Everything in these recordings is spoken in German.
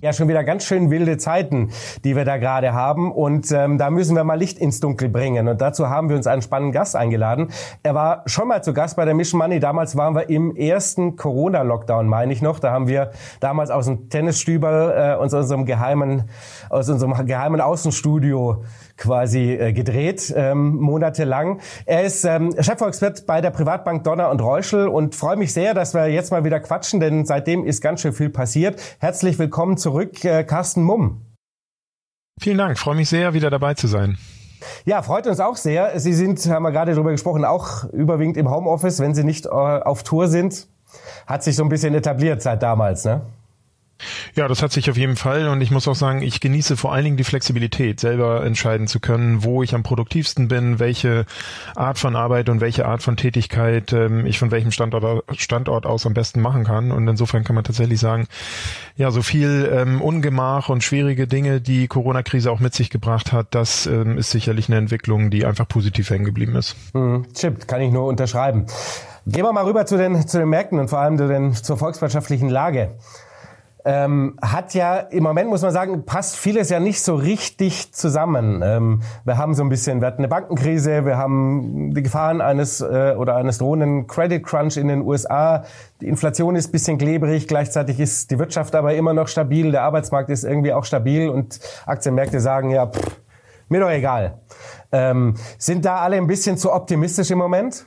Ja, schon wieder ganz schön wilde Zeiten, die wir da gerade haben. Und da müssen wir mal Licht ins Dunkel bringen. Und dazu haben wir uns einen spannenden Gast eingeladen. Er war schon mal zu Gast bei der Mission Money. Damals waren wir im ersten Corona-Lockdown, meine ich noch. Da haben wir damals aus dem Tennisstüberl aus unserem geheimen Außenstudio quasi gedreht, monatelang. Er ist Chefvolkswirt bei der Privatbank Donner und Reuschel und freue mich sehr, dass wir jetzt mal wieder quatschen, denn seitdem ist ganz schön viel passiert. Herzlich willkommen zurück, Carsten Mumm. Vielen Dank, freue mich sehr, wieder dabei zu sein. Ja, freut uns auch sehr. Sie sind, haben wir gerade drüber gesprochen, auch überwiegend im Homeoffice, wenn Sie nicht auf Tour sind. Hat sich so ein bisschen etabliert seit damals, ne? Ja, das hat sich auf jeden Fall und ich muss auch sagen, ich genieße vor allen Dingen die Flexibilität, selber entscheiden zu können, wo ich am produktivsten bin, welche Art von Arbeit und welche Art von Tätigkeit ich von welchem Standort aus am besten machen kann. Und insofern kann man tatsächlich sagen, ja, so viel Ungemach und schwierige Dinge, die Corona-Krise auch mit sich gebracht hat, das ist sicherlich eine Entwicklung, die einfach positiv hängen geblieben ist. Stimmt, kann ich nur unterschreiben. Gehen wir mal rüber zu den Märkten und vor allem zur volkswirtschaftlichen Lage. Hat ja im Moment, muss man sagen, passt vieles ja nicht so richtig zusammen. Wir haben wir hatten eine Bankenkrise, wir haben die Gefahren eines drohenden Credit Crunch in den USA. Die Inflation ist ein bisschen klebrig, gleichzeitig ist die Wirtschaft aber immer noch stabil, der Arbeitsmarkt ist irgendwie auch stabil und Aktienmärkte sagen, ja, mir doch egal. Sind da alle ein bisschen zu optimistisch im Moment?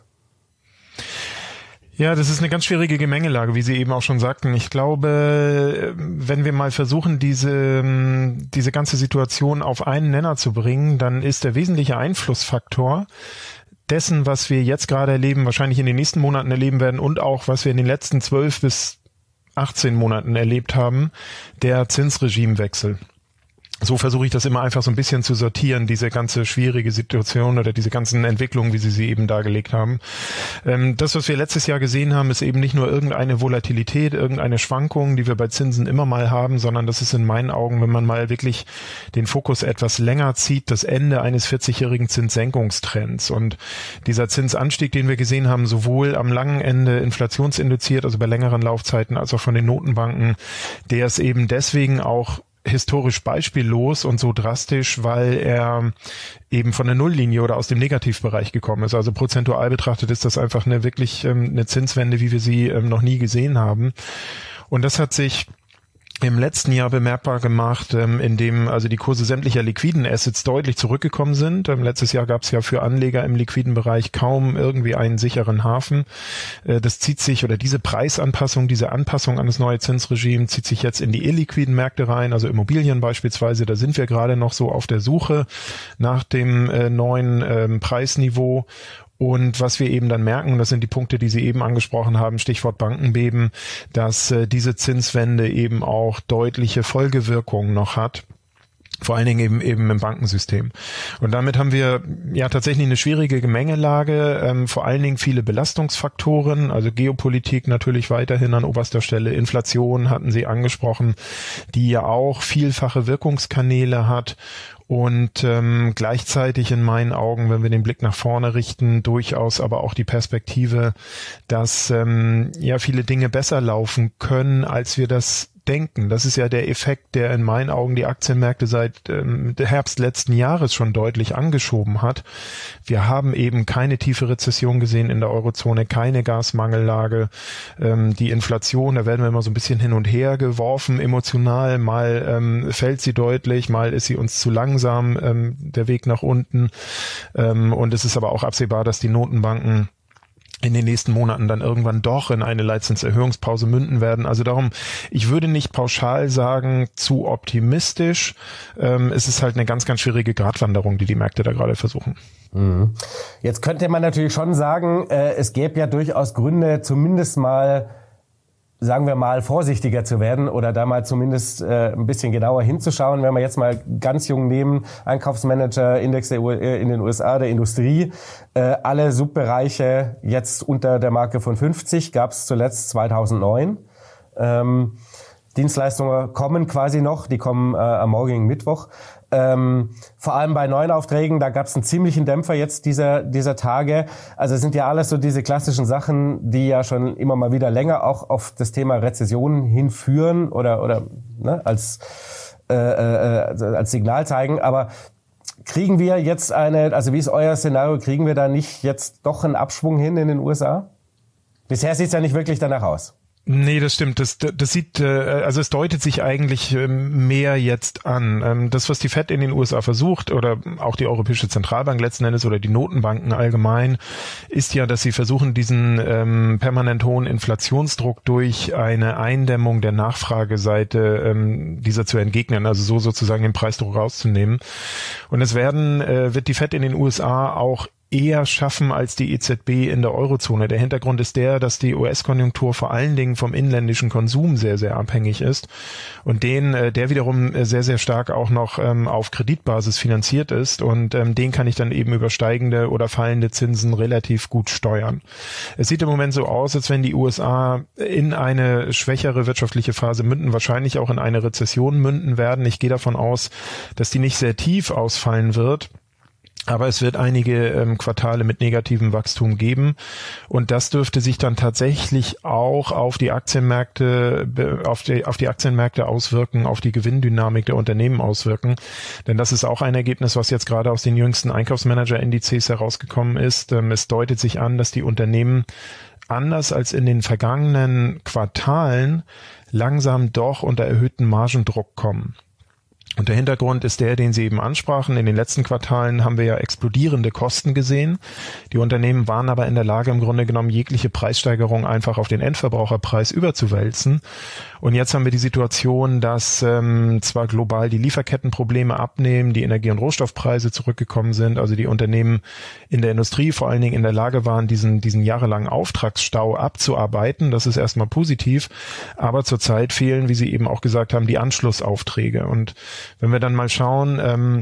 Ja, das ist eine ganz schwierige Gemengelage, wie Sie eben auch schon sagten. Ich glaube, wenn wir mal versuchen, diese ganze Situation auf einen Nenner zu bringen, dann ist der wesentliche Einflussfaktor dessen, was wir jetzt gerade erleben, wahrscheinlich in den nächsten Monaten erleben werden und auch, was wir in den letzten 12 bis 18 Monaten erlebt haben, der Zinsregimewechsel. So versuche ich das immer einfach so ein bisschen zu sortieren, diese ganze schwierige Situation oder diese ganzen Entwicklungen, wie Sie sie eben dargelegt haben. Das, was wir letztes Jahr gesehen haben, ist eben nicht nur irgendeine Volatilität, irgendeine Schwankung, die wir bei Zinsen immer mal haben, sondern das ist in meinen Augen, wenn man mal wirklich den Fokus etwas länger zieht, das Ende eines 40-jährigen Zinssenkungstrends. Und dieser Zinsanstieg, den wir gesehen haben, sowohl am langen Ende inflationsinduziert, also bei längeren Laufzeiten, als auch von den Notenbanken, der ist eben deswegen auch historisch beispiellos und so drastisch, weil er eben von der Nulllinie oder aus dem Negativbereich gekommen ist. Also prozentual betrachtet ist das einfach eine Zinswende, wie wir sie noch nie gesehen haben. Und das hat sich im letzten Jahr bemerkbar gemacht, in dem also die Kurse sämtlicher liquiden Assets deutlich zurückgekommen sind. Letztes Jahr gab es ja für Anleger im liquiden Bereich kaum irgendwie einen sicheren Hafen. Das zieht sich, oder diese Preisanpassung, diese Anpassung an das neue Zinsregime zieht sich jetzt in die illiquiden Märkte rein, also Immobilien beispielsweise. Da sind wir gerade noch so auf der Suche nach dem neuen Preisniveau. Und was wir eben dann merken, das sind die Punkte, die Sie eben angesprochen haben, Stichwort Bankenbeben, dass diese Zinswende eben auch deutliche Folgewirkungen noch hat. Vor allen Dingen eben im Bankensystem. Und damit haben wir ja tatsächlich eine schwierige Gemengelage, vor allen Dingen viele Belastungsfaktoren, also Geopolitik natürlich weiterhin an oberster Stelle, Inflation hatten Sie angesprochen, die ja auch vielfache Wirkungskanäle hat. Und gleichzeitig in meinen Augen, wenn wir den Blick nach vorne richten, durchaus aber auch die Perspektive, dass viele Dinge besser laufen können, als wir das denken. Das ist ja der Effekt, der in meinen Augen die Aktienmärkte seit Herbst letzten Jahres schon deutlich angeschoben hat. Wir haben eben keine tiefe Rezession gesehen in der Eurozone, keine Gasmangellage. Die Inflation, da werden wir immer so ein bisschen hin und her geworfen, emotional. Mal fällt sie deutlich, mal ist sie uns zu langsam, der Weg nach unten. Und es ist aber auch absehbar, dass die Notenbanken in den nächsten Monaten dann irgendwann doch in eine Leitzinserhöhungspause münden werden. Also darum, ich würde nicht pauschal sagen, zu optimistisch. Es ist halt eine ganz, ganz schwierige Gratwanderung, die Märkte da gerade versuchen. Jetzt könnte man natürlich schon sagen, es gäbe ja durchaus Gründe, zumindest mal, sagen wir mal, vorsichtiger zu werden oder da mal zumindest ein bisschen genauer hinzuschauen. Wenn wir jetzt mal ganz jung nehmen, Einkaufsmanager-Index in den USA, der Industrie, alle Subbereiche jetzt unter der Marke von 50, gab es zuletzt 2009. Dienstleistungen kommen quasi noch, die kommen am morgigen Mittwoch. Vor allem bei neuen Aufträgen, da gab es einen ziemlichen Dämpfer jetzt dieser Tage. Also es sind ja alles so diese klassischen Sachen, die ja schon immer mal wieder länger auch auf das Thema Rezession hinführen oder ne, als Signal zeigen. Aber kriegen wir jetzt also wie ist euer Szenario, kriegen wir da nicht jetzt doch einen Abschwung hin in den USA? Bisher sieht es ja nicht wirklich danach aus. Nee, das stimmt. Das sieht, also es deutet sich eigentlich mehr jetzt an. Das, was die Fed in den USA versucht oder auch die Europäische Zentralbank letzten Endes oder die Notenbanken allgemein, ist ja, dass sie versuchen, diesen permanent hohen Inflationsdruck durch eine Eindämmung der Nachfrageseite dieser zu entgegnen, also so sozusagen den Preisdruck rauszunehmen. Und es wird die Fed in den USA auch eher schaffen als die EZB in der Eurozone. Der Hintergrund ist der, dass die US-Konjunktur vor allen Dingen vom inländischen Konsum sehr, sehr abhängig ist und der wiederum sehr, sehr stark auch noch auf Kreditbasis finanziert ist und den kann ich dann eben über steigende oder fallende Zinsen relativ gut steuern. Es sieht im Moment so aus, als wenn die USA in eine schwächere wirtschaftliche Phase münden, wahrscheinlich auch in eine Rezession münden werden. Ich gehe davon aus, dass die nicht sehr tief ausfallen wird. Aber es wird einige Quartale mit negativem Wachstum geben und das dürfte sich dann tatsächlich auch auf die Aktienmärkte auswirken, auf die Gewinndynamik der Unternehmen auswirken. Denn das ist auch ein Ergebnis, was jetzt gerade aus den jüngsten Einkaufsmanager-Indizes herausgekommen ist. Es deutet sich an, dass die Unternehmen anders als in den vergangenen Quartalen langsam doch unter erhöhten Margendruck kommen. Und der Hintergrund ist der, den Sie eben ansprachen. In den letzten Quartalen haben wir ja explodierende Kosten gesehen. Die Unternehmen waren aber in der Lage, im Grunde genommen jegliche Preissteigerung einfach auf den Endverbraucherpreis überzuwälzen. Und jetzt haben wir die Situation, dass zwar global die Lieferkettenprobleme abnehmen, die Energie- und Rohstoffpreise zurückgekommen sind, also die Unternehmen in der Industrie vor allen Dingen in der Lage waren, diesen jahrelangen Auftragsstau abzuarbeiten. Das ist erstmal positiv. Aber zurzeit fehlen, wie Sie eben auch gesagt haben, die Anschlussaufträge. Und wenn wir dann mal schauen,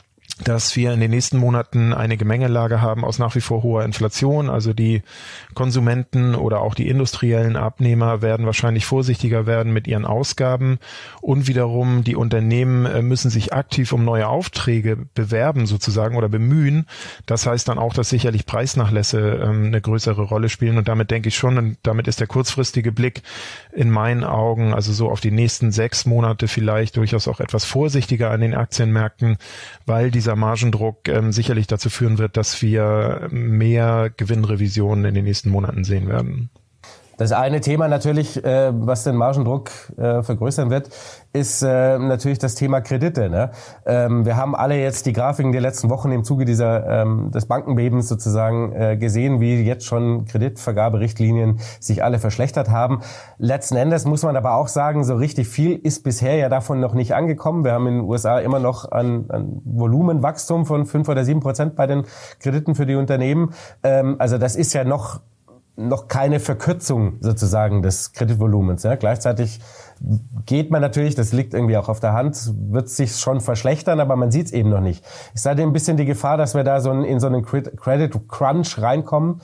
dass wir in den nächsten Monaten eine Gemengelage haben aus nach wie vor hoher Inflation. Also die Konsumenten oder auch die industriellen Abnehmer werden wahrscheinlich vorsichtiger werden mit ihren Ausgaben. Und wiederum die Unternehmen müssen sich aktiv um neue Aufträge bewerben sozusagen oder bemühen. Das heißt dann auch, dass sicherlich Preisnachlässe eine größere Rolle spielen. Und damit denke ich schon, und damit ist der kurzfristige Blick in meinen Augen, also so auf die nächsten 6 Monate vielleicht durchaus auch etwas vorsichtiger an den Aktienmärkten, weil dieser Margendruck sicherlich dazu führen wird, dass wir mehr Gewinnrevisionen in den nächsten Monaten sehen werden. Das eine Thema natürlich, was den Margendruck vergrößern wird, ist natürlich das Thema Kredite. Ne? Wir haben alle jetzt die Grafiken der letzten Wochen im Zuge des Bankenbebens sozusagen gesehen, wie jetzt schon Kreditvergaberichtlinien sich alle verschlechtert haben. Letzten Endes muss man aber auch sagen, so richtig viel ist bisher ja davon noch nicht angekommen. Wir haben in den USA immer noch ein Volumenwachstum von 5 oder 7% bei den Krediten für die Unternehmen. Also das ist ja noch keine Verkürzung sozusagen des Kreditvolumens. Ja. Gleichzeitig geht man natürlich, das liegt irgendwie auch auf der Hand, wird sich schon verschlechtern, aber man sieht es eben noch nicht. Ist da ein bisschen die Gefahr, dass wir da in so einen Credit Crunch reinkommen?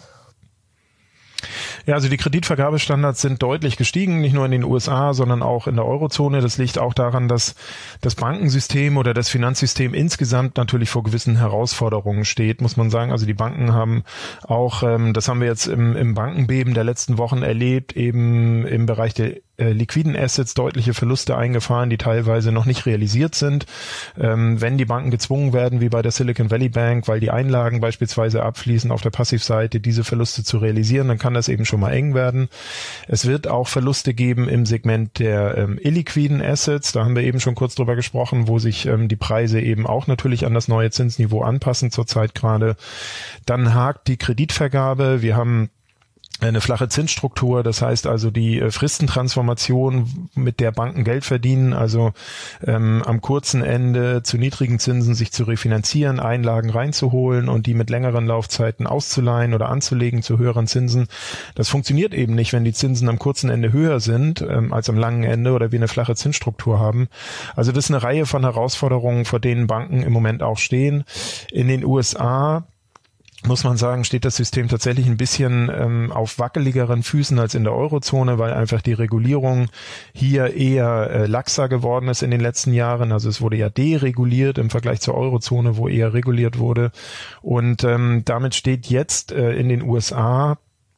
Ja, also die Kreditvergabestandards sind deutlich gestiegen, nicht nur in den USA, sondern auch in der Eurozone. Das liegt auch daran, dass das Bankensystem oder das Finanzsystem insgesamt natürlich vor gewissen Herausforderungen steht, muss man sagen. Also die Banken haben auch, das haben wir jetzt im Bankenbeben der letzten Wochen erlebt, eben im Bereich der liquiden Assets deutliche Verluste eingefahren, die teilweise noch nicht realisiert sind. Wenn die Banken gezwungen werden, wie bei der Silicon Valley Bank, weil die Einlagen beispielsweise abfließen auf der Passivseite, diese Verluste zu realisieren, dann kann das eben schon mal eng werden. Es wird auch Verluste geben im Segment der illiquiden Assets. Da haben wir eben schon kurz drüber gesprochen, wo sich die Preise eben auch natürlich an das neue Zinsniveau anpassen zurzeit gerade. Dann hakt die Kreditvergabe. Wir haben eine flache Zinsstruktur, das heißt also die Fristentransformation, mit der Banken Geld verdienen, also am kurzen Ende zu niedrigen Zinsen sich zu refinanzieren, Einlagen reinzuholen und die mit längeren Laufzeiten auszuleihen oder anzulegen zu höheren Zinsen. Das funktioniert eben nicht, wenn die Zinsen am kurzen Ende höher sind als am langen Ende oder wir eine flache Zinsstruktur haben. Also das ist eine Reihe von Herausforderungen, vor denen Banken im Moment auch stehen. In den USA muss man sagen, steht das System tatsächlich ein bisschen auf wackeligeren Füßen als in der Eurozone, weil einfach die Regulierung hier eher laxer geworden ist in den letzten Jahren. Also es wurde ja dereguliert im Vergleich zur Eurozone, wo eher reguliert wurde. Und damit steht jetzt in den USA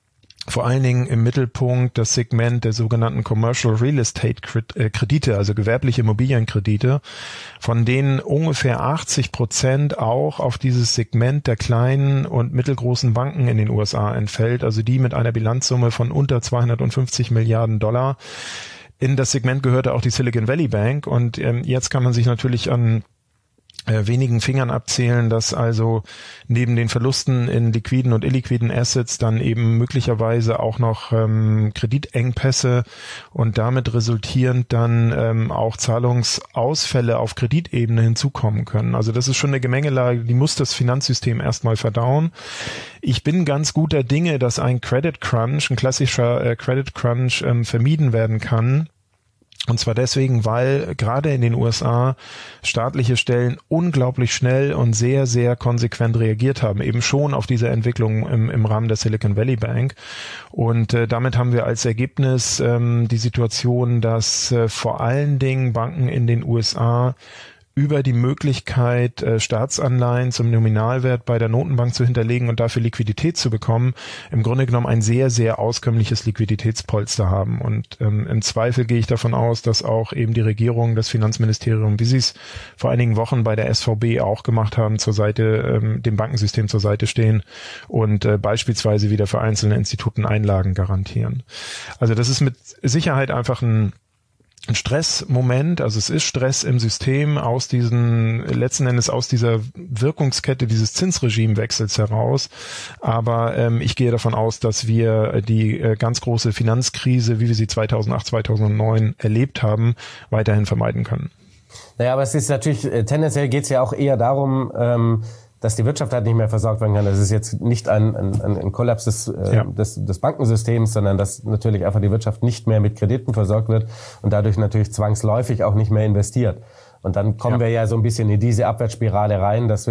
vor allen Dingen im Mittelpunkt das Segment der sogenannten Commercial Real Estate Kredite, also gewerbliche Immobilienkredite, von denen ungefähr 80% auch auf dieses Segment der kleinen und mittelgroßen Banken in den USA entfällt, also die mit einer Bilanzsumme von unter 250 Milliarden $. In das Segment gehörte auch die Silicon Valley Bank und jetzt kann man sich natürlich an wenigen Fingern abzählen, dass also neben den Verlusten in liquiden und illiquiden Assets dann eben möglicherweise auch noch Kreditengpässe und damit resultierend dann auch Zahlungsausfälle auf Kreditebene hinzukommen können. Also das ist schon eine Gemengelage, die muss das Finanzsystem erstmal verdauen. Ich bin ganz guter Dinge, dass ein Credit Crunch, ein klassischer Credit Crunch vermieden werden kann. Und zwar deswegen, weil gerade in den USA staatliche Stellen unglaublich schnell und sehr, sehr konsequent reagiert haben, eben schon auf diese Entwicklung im Rahmen der Silicon Valley Bank. Und damit haben wir als Ergebnis die Situation, dass vor allen Dingen Banken in den USA über die Möglichkeit, Staatsanleihen zum Nominalwert bei der Notenbank zu hinterlegen und dafür Liquidität zu bekommen, im Grunde genommen ein sehr, sehr auskömmliches Liquiditätspolster haben. Und im Zweifel gehe ich davon aus, dass auch eben die Regierung, das Finanzministerium, wie sie es vor einigen Wochen bei der SVB auch gemacht haben, zur Seite, dem Bankensystem zur Seite stehen und beispielsweise wieder für einzelne Instituten Einlagen garantieren. Also das ist mit Sicherheit einfach ein Stressmoment, also es ist Stress im System letzten Endes aus dieser Wirkungskette dieses Zinsregimewechsels heraus. Aber ich gehe davon aus, dass wir die ganz große Finanzkrise, wie wir sie 2008, 2009 erlebt haben, weiterhin vermeiden können. Naja, aber es ist natürlich, tendenziell geht es ja auch eher darum, dass die Wirtschaft halt nicht mehr versorgt werden kann. Das ist jetzt nicht ein Kollaps des Bankensystems, sondern dass natürlich einfach die Wirtschaft nicht mehr mit Krediten versorgt wird und dadurch natürlich zwangsläufig auch nicht mehr investiert. Und dann kommen wir ja so ein bisschen in diese Abwärtsspirale rein, dass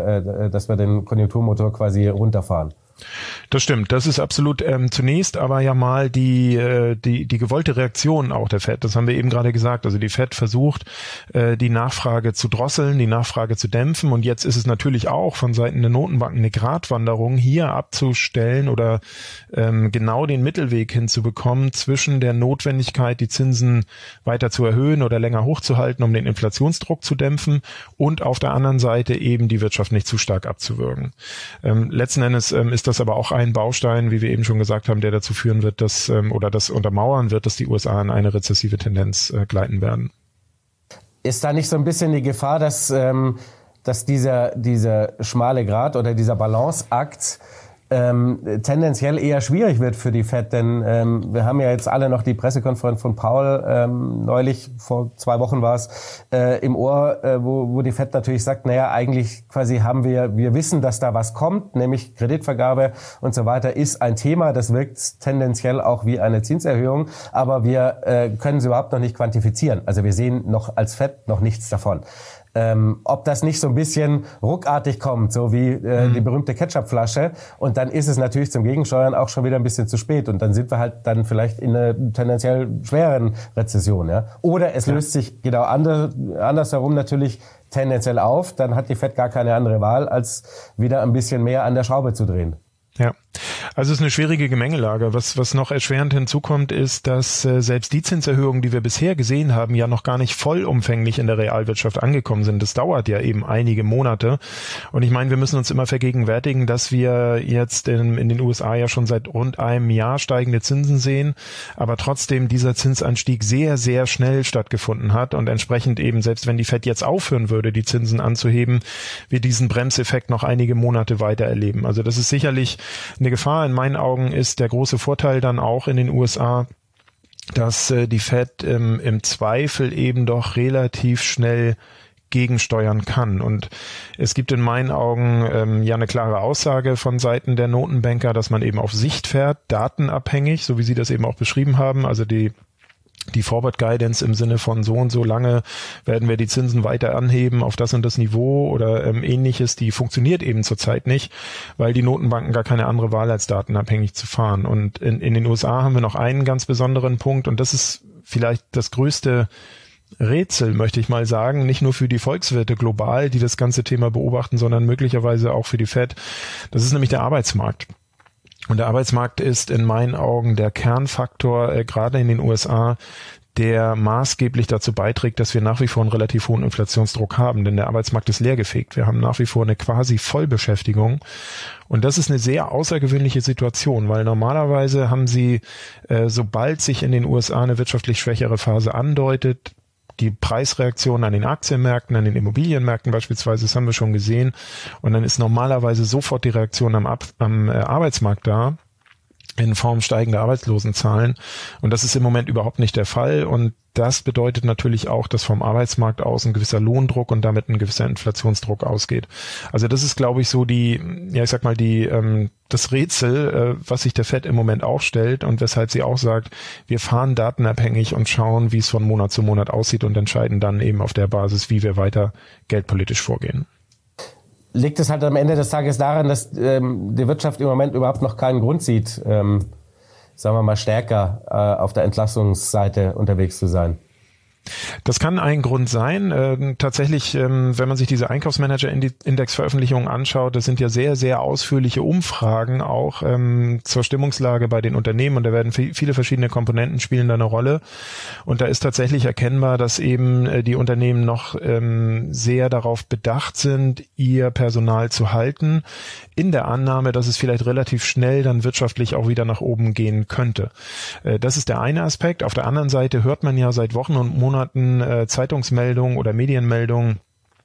wir den Konjunkturmotor quasi runterfahren. Das stimmt, das ist absolut zunächst aber ja mal die gewollte Reaktion auch der FED. Das haben wir eben gerade gesagt. Also die FED versucht, die Nachfrage zu drosseln, die Nachfrage zu dämpfen. Und jetzt ist es natürlich auch von Seiten der Notenbanken eine Gratwanderung, hier abzustellen oder genau den Mittelweg hinzubekommen zwischen der Notwendigkeit, die Zinsen weiter zu erhöhen oder länger hochzuhalten, um den Inflationsdruck zu dämpfen und auf der anderen Seite eben die Wirtschaft nicht zu stark abzuwürgen. Letzten Endes ist das aber auch ein Baustein, wie wir eben schon gesagt haben, der dazu führen wird, dass oder das untermauern wird, dass die USA in eine rezessive Tendenz gleiten werden. Ist da nicht so ein bisschen die Gefahr, dass dieser schmale Grat oder dieser Balanceakt tendenziell eher schwierig wird für die FED, denn wir haben ja jetzt alle noch die Pressekonferenz von Powell neulich, vor 2 Wochen war es, im Ohr, wo die FED natürlich sagt, naja, eigentlich quasi wir wissen, dass da was kommt, nämlich Kreditvergabe und so weiter ist ein Thema, das wirkt tendenziell auch wie eine Zinserhöhung, aber wir können sie überhaupt noch nicht quantifizieren. Also wir sehen noch als FED noch nichts davon. Ob das nicht so ein bisschen ruckartig kommt, so wie die berühmte Ketchupflasche, und dann ist es natürlich zum Gegensteuern auch schon wieder ein bisschen zu spät und dann sind wir halt dann vielleicht in einer tendenziell schwereren Rezession, ja. Oder es löst sich genau andersherum natürlich tendenziell auf, dann hat die FED gar keine andere Wahl, als wieder ein bisschen mehr an der Schraube zu drehen. Ja, also es ist eine schwierige Gemengelage. Was noch erschwerend hinzukommt, ist, dass selbst die Zinserhöhungen, die wir bisher gesehen haben, ja noch gar nicht vollumfänglich in der Realwirtschaft angekommen sind. Das dauert ja eben einige Monate. Und ich meine, wir müssen uns immer vergegenwärtigen, dass wir jetzt in den USA ja schon seit rund einem Jahr steigende Zinsen sehen, aber trotzdem dieser Zinsanstieg sehr, sehr schnell stattgefunden hat und entsprechend eben, selbst wenn die FED jetzt aufhören würde, die Zinsen anzuheben, wir diesen Bremseffekt noch einige Monate weiter erleben. Also das ist sicherlich eine Gefahr. In meinen Augen ist der große Vorteil dann auch in den USA, dass die FED im Zweifel eben doch relativ schnell gegensteuern kann. Und es gibt in meinen Augen ja eine klare Aussage von Seiten der Notenbanker, dass man eben auf Sicht fährt, datenabhängig, so wie Sie das eben auch beschrieben haben. Also die die Forward Guidance im Sinne von so und so lange werden wir die Zinsen weiter anheben auf das und das Niveau oder ähnliches, die funktioniert eben zurzeit nicht, weil die Notenbanken gar keine andere Wahl als datenabhängig zu fahren. Und in den USA haben wir noch einen ganz besonderen Punkt und das ist vielleicht das größte Rätsel, möchte ich mal sagen, nicht nur für die Volkswirte global, die das ganze Thema beobachten, sondern möglicherweise auch für die Fed. Das ist nämlich der Arbeitsmarkt. Und der Arbeitsmarkt ist in meinen Augen der Kernfaktor, gerade in den USA, der maßgeblich dazu beiträgt, dass wir nach wie vor einen relativ hohen Inflationsdruck haben. Denn der Arbeitsmarkt ist leergefegt. Wir haben nach wie vor eine quasi Vollbeschäftigung. Und das ist eine sehr außergewöhnliche Situation, weil normalerweise haben sie, sobald sich in den USA eine wirtschaftlich schwächere Phase andeutet, die Preisreaktion an den Aktienmärkten, an den Immobilienmärkten beispielsweise, das haben wir schon gesehen. Und dann ist normalerweise sofort die Reaktion am Arbeitsmarkt da in Form steigender Arbeitslosenzahlen. Und das ist im Moment überhaupt nicht der Fall. Und das bedeutet natürlich auch, dass vom Arbeitsmarkt aus ein gewisser Lohndruck und damit ein gewisser Inflationsdruck ausgeht. Also das ist, glaube ich, so das Rätsel, was sich der Fed im Moment auch stellt und weshalb sie auch sagt, wir fahren datenabhängig und schauen, wie es von Monat zu Monat aussieht und entscheiden dann eben auf der Basis, wie wir weiter geldpolitisch vorgehen. Liegt es halt am Ende des Tages daran, dass die Wirtschaft im Moment überhaupt noch keinen Grund sieht, sagen wir mal, stärker auf der Entlastungsseite unterwegs zu sein? Das kann ein Grund sein. Tatsächlich, wenn man sich diese Einkaufsmanager-Index-Veröffentlichungen anschaut, das sind ja sehr, sehr ausführliche Umfragen auch zur Stimmungslage bei den Unternehmen und da werden viele verschiedene Komponenten spielen da eine Rolle. Und da ist tatsächlich erkennbar, dass eben die Unternehmen noch sehr darauf bedacht sind, ihr Personal zu halten, in der Annahme, dass es vielleicht relativ schnell dann wirtschaftlich auch wieder nach oben gehen könnte. Das ist der eine Aspekt. Auf der anderen Seite hört man ja seit Wochen und Monaten Zeitungsmeldungen oder Medienmeldungen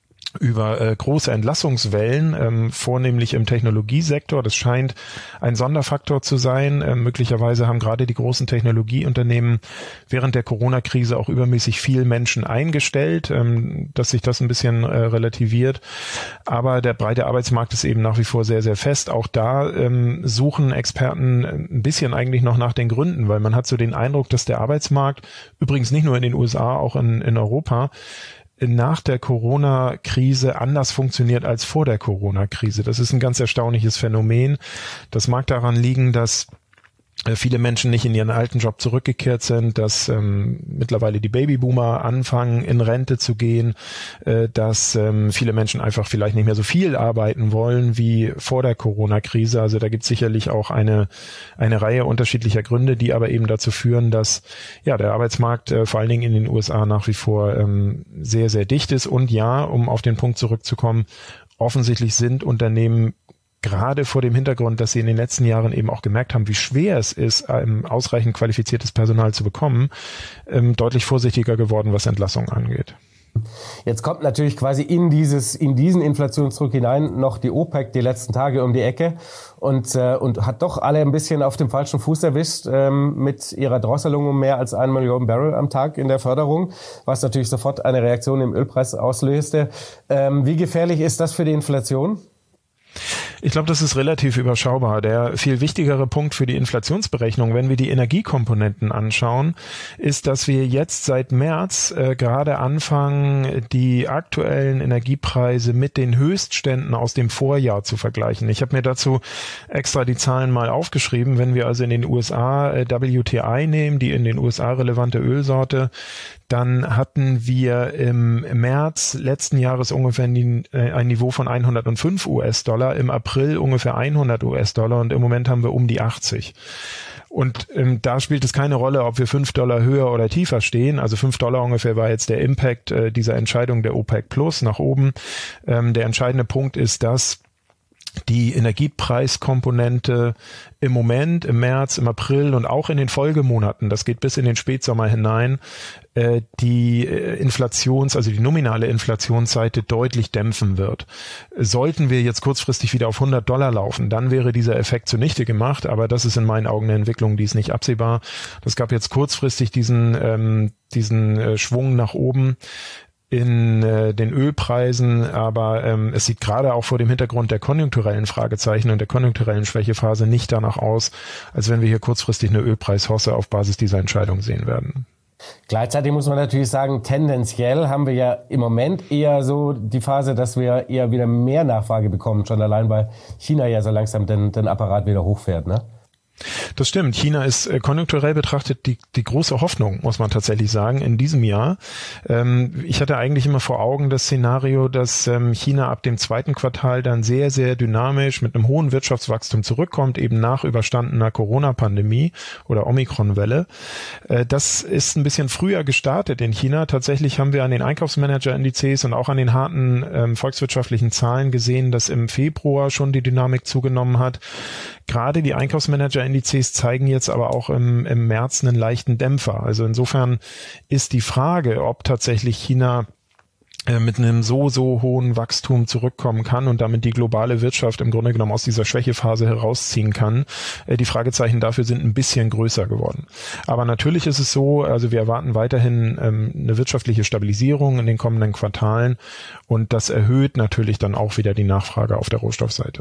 über große Entlassungswellen, vornehmlich im Technologiesektor. Das scheint ein Sonderfaktor zu sein. Möglicherweise haben gerade die großen Technologieunternehmen während der Corona-Krise auch übermäßig viel Menschen eingestellt, dass sich das ein bisschen relativiert. Aber der breite Arbeitsmarkt ist eben nach wie vor sehr, sehr fest. Auch da suchen Experten ein bisschen eigentlich noch nach den Gründen, weil man hat so den Eindruck, dass der Arbeitsmarkt, übrigens nicht nur in den USA, auch in Europa, nach der Corona-Krise anders funktioniert als vor der Corona-Krise. Das ist ein ganz erstaunliches Phänomen. Das mag daran liegen, dass viele Menschen nicht in ihren alten Job zurückgekehrt sind, dass mittlerweile die Babyboomer anfangen, in Rente zu gehen, dass viele Menschen einfach vielleicht nicht mehr so viel arbeiten wollen wie vor der Corona-Krise. Also da gibt es sicherlich auch eine Reihe unterschiedlicher Gründe, die aber eben dazu führen, dass ja der Arbeitsmarkt vor allen Dingen in den USA nach wie vor sehr, sehr dicht ist. Und ja, um auf den Punkt zurückzukommen, offensichtlich sind Unternehmen gerade vor dem Hintergrund, dass sie in den letzten Jahren eben auch gemerkt haben, wie schwer es ist, ausreichend qualifiziertes Personal zu bekommen, deutlich vorsichtiger geworden, was Entlassungen angeht. Jetzt kommt natürlich quasi in diesen Inflationsdruck hinein noch die OPEC die letzten Tage um die Ecke und hat doch alle ein bisschen auf dem falschen Fuß erwischt mit ihrer Drosselung um mehr als 1 Million Barrel am Tag in der Förderung, was natürlich sofort eine Reaktion im Ölpreis auslöste. Wie gefährlich ist das für die Inflation? Ich glaube, das ist relativ überschaubar. Der viel wichtigere Punkt für die Inflationsberechnung, wenn wir die Energiekomponenten anschauen, ist, dass wir jetzt seit März gerade anfangen, die aktuellen Energiepreise mit den Höchstständen aus dem Vorjahr zu vergleichen. Ich habe mir dazu extra die Zahlen mal aufgeschrieben. Wenn wir also in den USA WTI nehmen, die in den USA relevante Ölsorte, dann hatten wir im März letzten Jahres ungefähr ein Niveau von 105 US-Dollar, im April ungefähr 100 US-Dollar und im Moment haben wir um die 80. Und da spielt es keine Rolle, ob wir $5 höher oder tiefer stehen. Also $5 ungefähr war jetzt der Impact dieser Entscheidung der OPEC Plus nach oben. Der entscheidende Punkt ist, dass die Energiepreiskomponente im Moment, im März, im April und auch in den Folgemonaten, das geht bis in den Spätsommer hinein, die also die nominale Inflationsseite deutlich dämpfen wird. Sollten wir jetzt kurzfristig wieder auf $100 laufen, dann wäre dieser Effekt zunichte gemacht, aber das ist in meinen Augen eine Entwicklung, die ist nicht absehbar. Das gab jetzt kurzfristig diesen Schwung nach oben in den Ölpreisen, aber es sieht gerade auch vor dem Hintergrund der konjunkturellen Fragezeichen und der konjunkturellen Schwächephase nicht danach aus, als wenn wir hier kurzfristig eine Ölpreishosse auf Basis dieser Entscheidung sehen werden. Gleichzeitig muss man natürlich sagen, tendenziell haben wir ja im Moment eher so die Phase, dass wir eher wieder mehr Nachfrage bekommen, schon allein weil China ja so langsam den Apparat wieder hochfährt, ne? Das stimmt. China ist konjunkturell betrachtet die große Hoffnung, muss man tatsächlich sagen, in diesem Jahr. Ich hatte eigentlich immer vor Augen das Szenario, dass China ab dem zweiten Quartal dann sehr, sehr dynamisch mit einem hohen Wirtschaftswachstum zurückkommt, eben nach überstandener Corona-Pandemie oder Omikron-Welle. Das ist ein bisschen früher gestartet in China. Tatsächlich haben wir an den Einkaufsmanager-Indizes und auch an den harten volkswirtschaftlichen Zahlen gesehen, dass im Februar schon die Dynamik zugenommen hat. Gerade die Einkaufsmanager-Indizes zeigen jetzt aber auch im März einen leichten Dämpfer. Also insofern ist die Frage, ob tatsächlich China mit einem so hohen Wachstum zurückkommen kann und damit die globale Wirtschaft im Grunde genommen aus dieser Schwächephase herausziehen kann. Die Fragezeichen dafür sind ein bisschen größer geworden. Aber natürlich ist es so, also wir erwarten weiterhin eine wirtschaftliche Stabilisierung in den kommenden Quartalen und das erhöht natürlich dann auch wieder die Nachfrage auf der Rohstoffseite.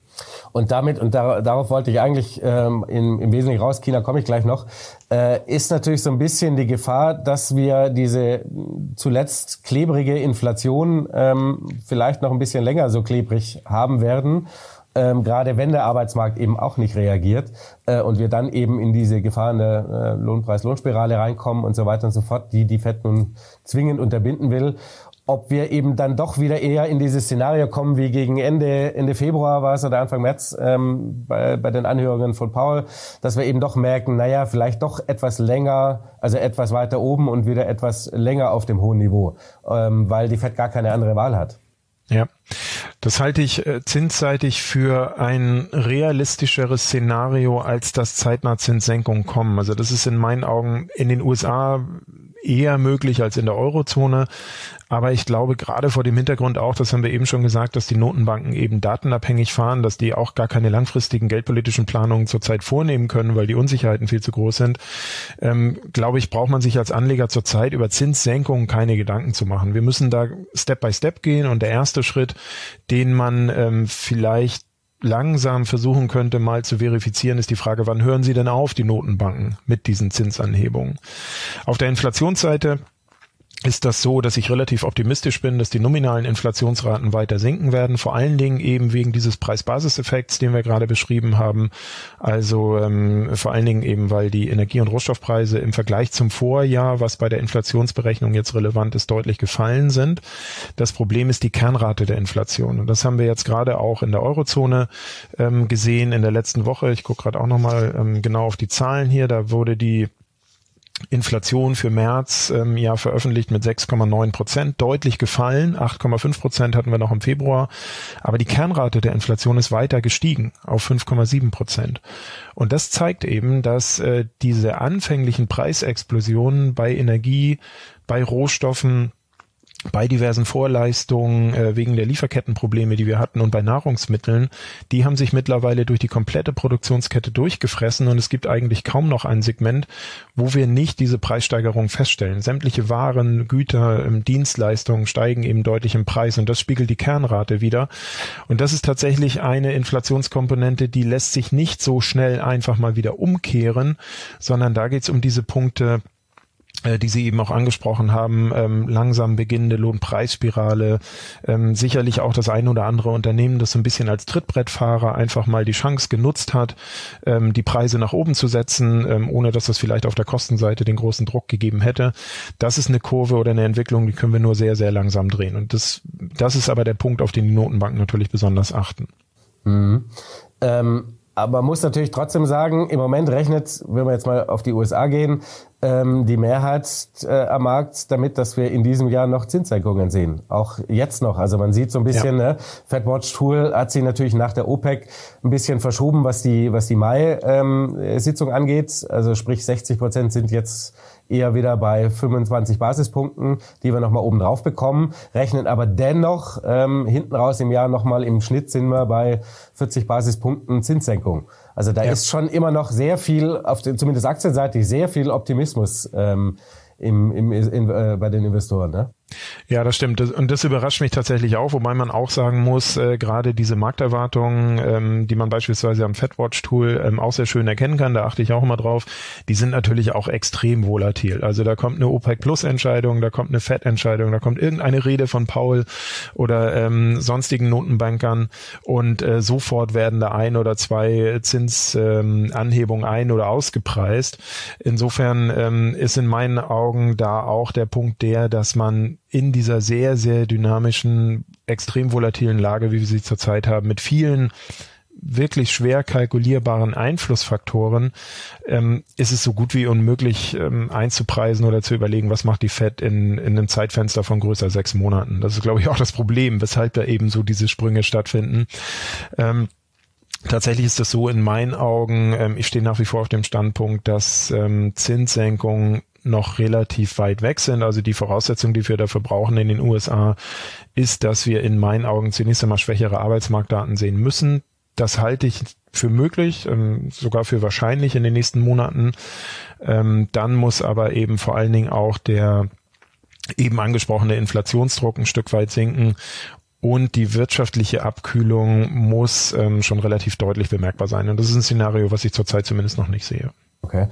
Und damit, darauf wollte ich eigentlich im Wesentlichen raus, China komme ich gleich noch, ist natürlich so ein bisschen die Gefahr, dass wir diese zuletzt klebrige Inflation vielleicht noch ein bisschen länger so klebrig haben werden, gerade wenn der Arbeitsmarkt eben auch nicht reagiert und wir dann eben in diese Gefahr der Lohnpreis-Lohnspirale reinkommen und so weiter und so fort, die FED nun zwingend unterbinden will. Ob wir eben dann doch wieder eher in dieses Szenario kommen, wie gegen Ende Februar war es oder Anfang März bei den Anhörungen von Powell, dass wir eben doch merken, naja, vielleicht doch etwas länger, also etwas weiter oben und wieder etwas länger auf dem hohen Niveau, weil die FED gar keine andere Wahl hat. Ja, das halte ich zinsseitig für ein realistischeres Szenario, als dass zeitnah Zinssenkungen kommen. Also das ist in meinen Augen in den USA eher möglich als in der Eurozone. Aber ich glaube, gerade vor dem Hintergrund auch, das haben wir eben schon gesagt, dass die Notenbanken eben datenabhängig fahren, dass die auch gar keine langfristigen geldpolitischen Planungen zurzeit vornehmen können, weil die Unsicherheiten viel zu groß sind, glaube ich, braucht man sich als Anleger zurzeit über Zinssenkungen keine Gedanken zu machen. Wir müssen da Step by Step gehen und der erste Schritt, den man vielleicht langsam versuchen könnte, mal zu verifizieren, ist die Frage, wann hören Sie denn auf, die Notenbanken, mit diesen Zinsanhebungen? Auf der Inflationsseite ist das so, dass ich relativ optimistisch bin, dass die nominalen Inflationsraten weiter sinken werden, vor allen Dingen eben wegen dieses Preis-Basis-Effekts, den wir gerade beschrieben haben. Also vor allen Dingen eben, weil die Energie- und Rohstoffpreise im Vergleich zum Vorjahr, was bei der Inflationsberechnung jetzt relevant ist, deutlich gefallen sind. Das Problem ist die Kernrate der Inflation. Und das haben wir jetzt gerade auch in der Eurozone gesehen in der letzten Woche. Ich gucke gerade auch nochmal genau auf die Zahlen hier. Da wurde die Inflation für März veröffentlicht mit 6,9%, deutlich gefallen. 8,5% hatten wir noch im Februar. Aber die Kernrate der Inflation ist weiter gestiegen auf 5,7%. Und das zeigt eben, dass diese anfänglichen Preisexplosionen bei Energie, bei Rohstoffen, bei diversen Vorleistungen wegen der Lieferkettenprobleme, die wir hatten und bei Nahrungsmitteln, die haben sich mittlerweile durch die komplette Produktionskette durchgefressen und es gibt eigentlich kaum noch ein Segment, wo wir nicht diese Preissteigerung feststellen. Sämtliche Waren, Güter, Dienstleistungen steigen eben deutlich im Preis und das spiegelt die Kernrate wider. Und das ist tatsächlich eine Inflationskomponente, die lässt sich nicht so schnell einfach mal wieder umkehren, sondern da geht es um diese Punkte, die Sie eben auch angesprochen haben, langsam beginnende Lohnpreisspirale, sicherlich auch das ein oder andere Unternehmen, das so ein bisschen als Trittbrettfahrer einfach mal die Chance genutzt hat, die Preise nach oben zu setzen, ohne dass das vielleicht auf der Kostenseite den großen Druck gegeben hätte. Das ist eine Kurve oder eine Entwicklung, die können wir nur sehr, sehr langsam drehen. Und das ist aber der Punkt, auf den die Notenbanken natürlich besonders achten. Mhm. Aber man muss natürlich trotzdem sagen, im Moment rechnet, wenn wir jetzt mal auf die USA gehen, die Mehrheit am Markt damit, dass wir in diesem Jahr noch Zinssenkungen sehen. Auch jetzt noch. Also man sieht so ein bisschen, ja. FedWatch-Tool hat sich natürlich nach der OPEC ein bisschen verschoben, was die Mai-Sitzung angeht. Also sprich 60% sind jetzt eher wieder bei 25 Basispunkten, die wir nochmal oben drauf bekommen, rechnen aber dennoch hinten raus im Jahr nochmal im Schnitt sind wir bei 40 Basispunkten Zinssenkung. Also da ist schon immer noch sehr viel, zumindest aktienseitig, sehr viel Optimismus bei den Investoren. Ne? Ja, das stimmt. Und das überrascht mich tatsächlich auch, wobei man auch sagen muss, gerade diese Markterwartungen, die man beispielsweise am FedWatch-Tool auch sehr schön erkennen kann, da achte ich auch immer drauf, die sind natürlich auch extrem volatil. Also da kommt eine OPEC-Plus-Entscheidung, da kommt eine Fed-Entscheidung, da kommt irgendeine Rede von Powell oder sonstigen Notenbankern und sofort werden da 1 oder 2 Zinsanhebungen ein- oder ausgepreist. Insofern ist in meinen Augen da auch der Punkt dass man in dieser sehr, sehr dynamischen, extrem volatilen Lage, wie wir sie zurzeit haben, mit vielen wirklich schwer kalkulierbaren Einflussfaktoren, ist es so gut wie unmöglich einzupreisen oder zu überlegen, was macht die Fed in einem Zeitfenster von größer 6 Monaten. Das ist, glaube ich, auch das Problem, weshalb da eben so diese Sprünge stattfinden. Tatsächlich ist das so in meinen Augen, ich stehe nach wie vor auf dem Standpunkt, dass Zinssenkungen noch relativ weit weg sind. Also die Voraussetzung, die wir dafür brauchen in den USA, ist, dass wir in meinen Augen zunächst einmal schwächere Arbeitsmarktdaten sehen müssen. Das halte ich für möglich, sogar für wahrscheinlich in den nächsten Monaten. Dann muss aber eben vor allen Dingen auch der eben angesprochene Inflationsdruck ein Stück weit sinken. Und die wirtschaftliche Abkühlung muss schon relativ deutlich bemerkbar sein. Und das ist ein Szenario, was ich zurzeit zumindest noch nicht sehe. Okay,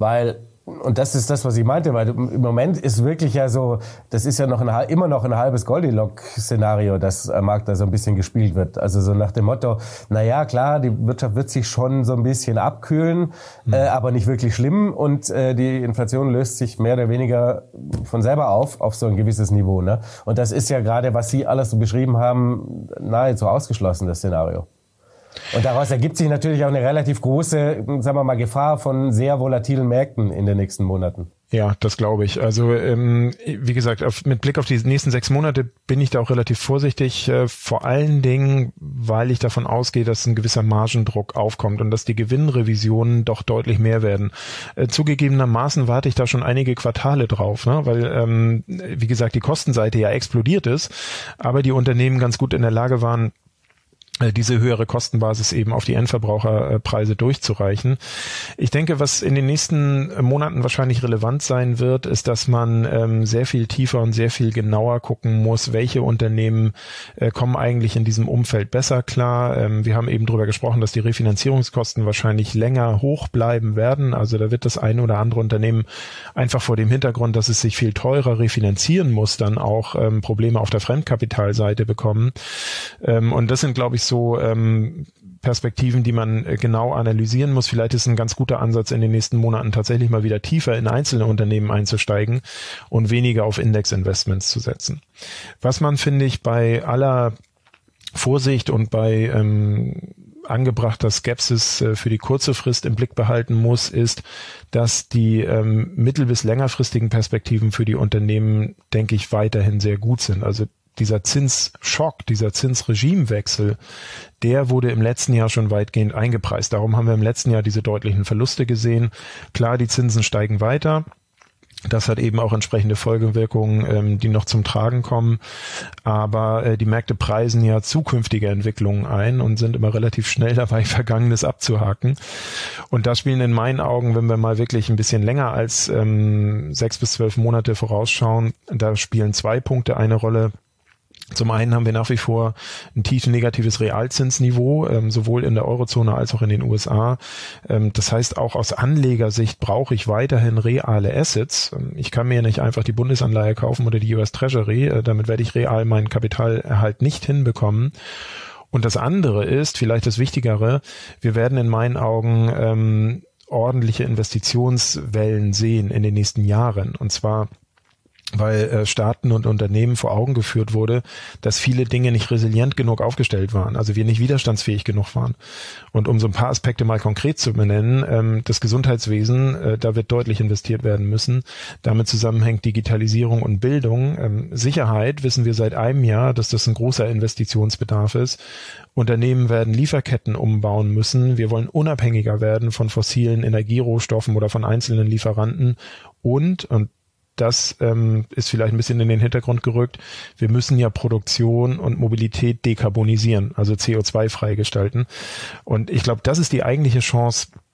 und das ist das, was ich meinte, weil im Moment ist wirklich ja so, das ist ja immer noch ein halbes Goldilocks-Szenario, das am Markt da so ein bisschen gespielt wird. Also so nach dem Motto, naja, klar, die Wirtschaft wird sich schon so ein bisschen abkühlen, aber nicht wirklich schlimm und die Inflation löst sich mehr oder weniger von selber auf so ein gewisses Niveau, ne? Und das ist ja gerade, was Sie alles so beschrieben haben, nahezu ausgeschlossen, das Szenario. Und daraus ergibt sich natürlich auch eine relativ große, sagen wir mal, Gefahr von sehr volatilen Märkten in den nächsten Monaten. Ja, das glaube ich. Also wie gesagt, mit Blick auf die nächsten 6 Monate bin ich da auch relativ vorsichtig, vor allen Dingen, weil ich davon ausgehe, dass ein gewisser Margendruck aufkommt und dass die Gewinnrevisionen doch deutlich mehr werden. Zugegebenermaßen warte ich da schon einige Quartale drauf, ne? Weil, wie gesagt, die Kostenseite ja explodiert ist, aber die Unternehmen ganz gut in der Lage waren, diese höhere Kostenbasis eben auf die Endverbraucherpreise durchzureichen. Ich denke, was in den nächsten Monaten wahrscheinlich relevant sein wird, ist, dass man sehr viel tiefer und sehr viel genauer gucken muss, welche Unternehmen kommen eigentlich in diesem Umfeld besser klar. Wir haben eben darüber gesprochen, dass die Refinanzierungskosten wahrscheinlich länger hoch bleiben werden. Also da wird das eine oder andere Unternehmen einfach vor dem Hintergrund, dass es sich viel teurer refinanzieren muss, dann auch Probleme auf der Fremdkapitalseite bekommen. Und das sind, glaube ich, so Perspektiven, die man genau analysieren muss. Vielleicht ist ein ganz guter Ansatz, in den nächsten Monaten tatsächlich mal wieder tiefer in einzelne Unternehmen einzusteigen und weniger auf Indexinvestments zu setzen. Was man, finde ich, bei aller Vorsicht und bei angebrachter Skepsis für die kurze Frist im Blick behalten muss, ist, dass die mittel- bis längerfristigen Perspektiven für die Unternehmen, denke ich, weiterhin sehr gut sind. Also dieser Zinsschock, dieser Zinsregimewechsel, der wurde im letzten Jahr schon weitgehend eingepreist. Darum haben wir im letzten Jahr diese deutlichen Verluste gesehen. Klar, die Zinsen steigen weiter. Das hat eben auch entsprechende Folgewirkungen, die noch zum Tragen kommen. Aber die Märkte preisen ja zukünftige Entwicklungen ein und sind immer relativ schnell dabei, Vergangenes abzuhaken. Und da spielen in meinen Augen, wenn wir mal wirklich ein bisschen länger als 6 bis 12 Monate vorausschauen, da spielen 2 Punkte eine Rolle. Zum einen haben wir nach wie vor ein tief negatives Realzinsniveau, sowohl in der Eurozone als auch in den USA. Das heißt, auch aus Anlegersicht brauche ich weiterhin reale Assets. Ich kann mir nicht einfach die Bundesanleihe kaufen oder die US Treasury. Damit werde ich real meinen Kapitalerhalt nicht hinbekommen. Und das andere ist, vielleicht das Wichtigere, wir werden in meinen Augen ordentliche Investitionswellen sehen in den nächsten Jahren. Und zwar weil Staaten und Unternehmen vor Augen geführt wurde, dass viele Dinge nicht resilient genug aufgestellt waren, also wir nicht widerstandsfähig genug waren. Und um so ein paar Aspekte mal konkret zu benennen, das Gesundheitswesen, da wird deutlich investiert werden müssen. Damit zusammenhängt Digitalisierung und Bildung. Sicherheit wissen wir seit einem Jahr, dass das ein großer Investitionsbedarf ist. Unternehmen werden Lieferketten umbauen müssen. Wir wollen unabhängiger werden von fossilen Energierohstoffen oder von einzelnen Lieferanten und das ist vielleicht ein bisschen in den Hintergrund gerückt. Wir müssen ja Produktion und Mobilität dekarbonisieren, also CO2 freigestalten. Und ich glaube, das ist die eigentliche Chance,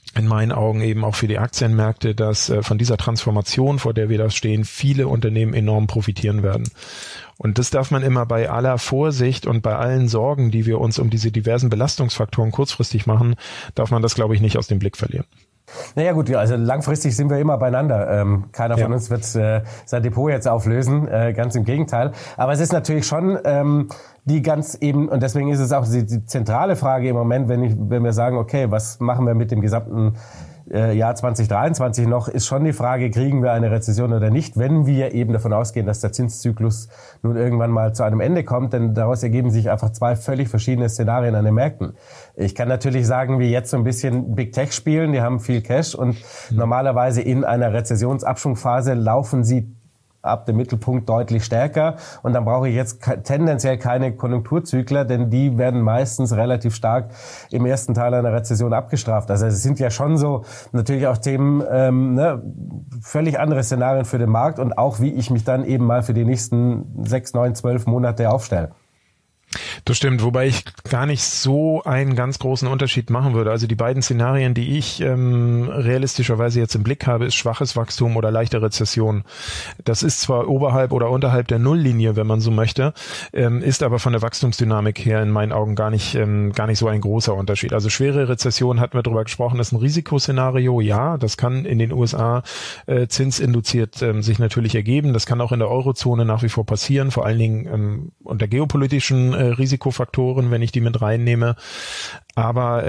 in meinen Augen eben auch für die Aktienmärkte, dass von dieser Transformation, vor der wir da stehen, viele Unternehmen enorm profitieren werden. Und das darf man immer bei aller Vorsicht und bei allen Sorgen, die wir uns um diese diversen Belastungsfaktoren kurzfristig machen, darf man das, glaube ich, nicht aus dem Blick verlieren. Naja gut, also langfristig sind wir immer beieinander. Keiner von uns wird sein Depot jetzt auflösen, ganz im Gegenteil. Aber es ist natürlich schon die ganz eben, und deswegen ist es auch die zentrale Frage im Moment, wenn wir sagen, okay, was machen wir mit dem gesamten Jahr 2023 noch, ist schon die Frage, kriegen wir eine Rezession oder nicht, wenn wir eben davon ausgehen, dass der Zinszyklus nun irgendwann mal zu einem Ende kommt, denn daraus ergeben sich einfach zwei völlig verschiedene Szenarien an den Märkten. Ich kann natürlich sagen, wie jetzt so ein bisschen Big Tech spielen, die haben viel Cash und normalerweise in einer Rezessionsabschwungphase laufen sie ab dem Mittelpunkt deutlich stärker und dann brauche ich jetzt tendenziell keine Konjunkturzykler, denn die werden meistens relativ stark im ersten Teil einer Rezession abgestraft. Also es sind ja schon so natürlich auch Themen, völlig andere Szenarien für den Markt und auch wie ich mich dann eben mal für die nächsten 6, 9, 12 Monate aufstelle. Das stimmt, wobei ich gar nicht so einen ganz großen Unterschied machen würde. Also die beiden Szenarien, die ich realistischerweise jetzt im Blick habe, ist schwaches Wachstum oder leichte Rezession. Das ist zwar oberhalb oder unterhalb der Nulllinie, wenn man so möchte, ist aber von der Wachstumsdynamik her in meinen Augen gar nicht so ein großer Unterschied. Also schwere Rezession, hatten wir drüber gesprochen, ist ein Risikoszenario. Ja, das kann in den USA zinsinduziert sich natürlich ergeben. Das kann auch in der Eurozone nach wie vor passieren, vor allen Dingen unter geopolitischen Risikofaktoren, wenn ich die mit reinnehme. Aber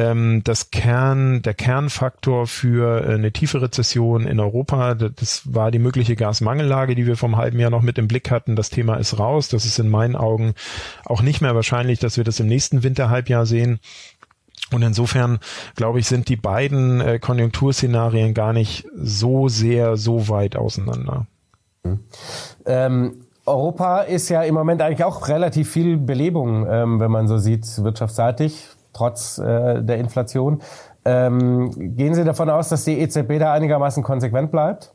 der Kernfaktor für eine tiefe Rezession in Europa, das war die mögliche Gasmangellage, die wir vor einem halben Jahr noch mit im Blick hatten. Das Thema ist raus. Das ist in meinen Augen auch nicht mehr wahrscheinlich, dass wir das im nächsten Winterhalbjahr sehen. Und insofern, glaube ich, sind die beiden Konjunkturszenarien gar nicht so weit auseinander. Europa ist ja im Moment eigentlich auch relativ viel Belebung, wenn man so sieht, wirtschaftsseitig, trotz der Inflation. Gehen Sie davon aus, dass die EZB da einigermaßen konsequent bleibt?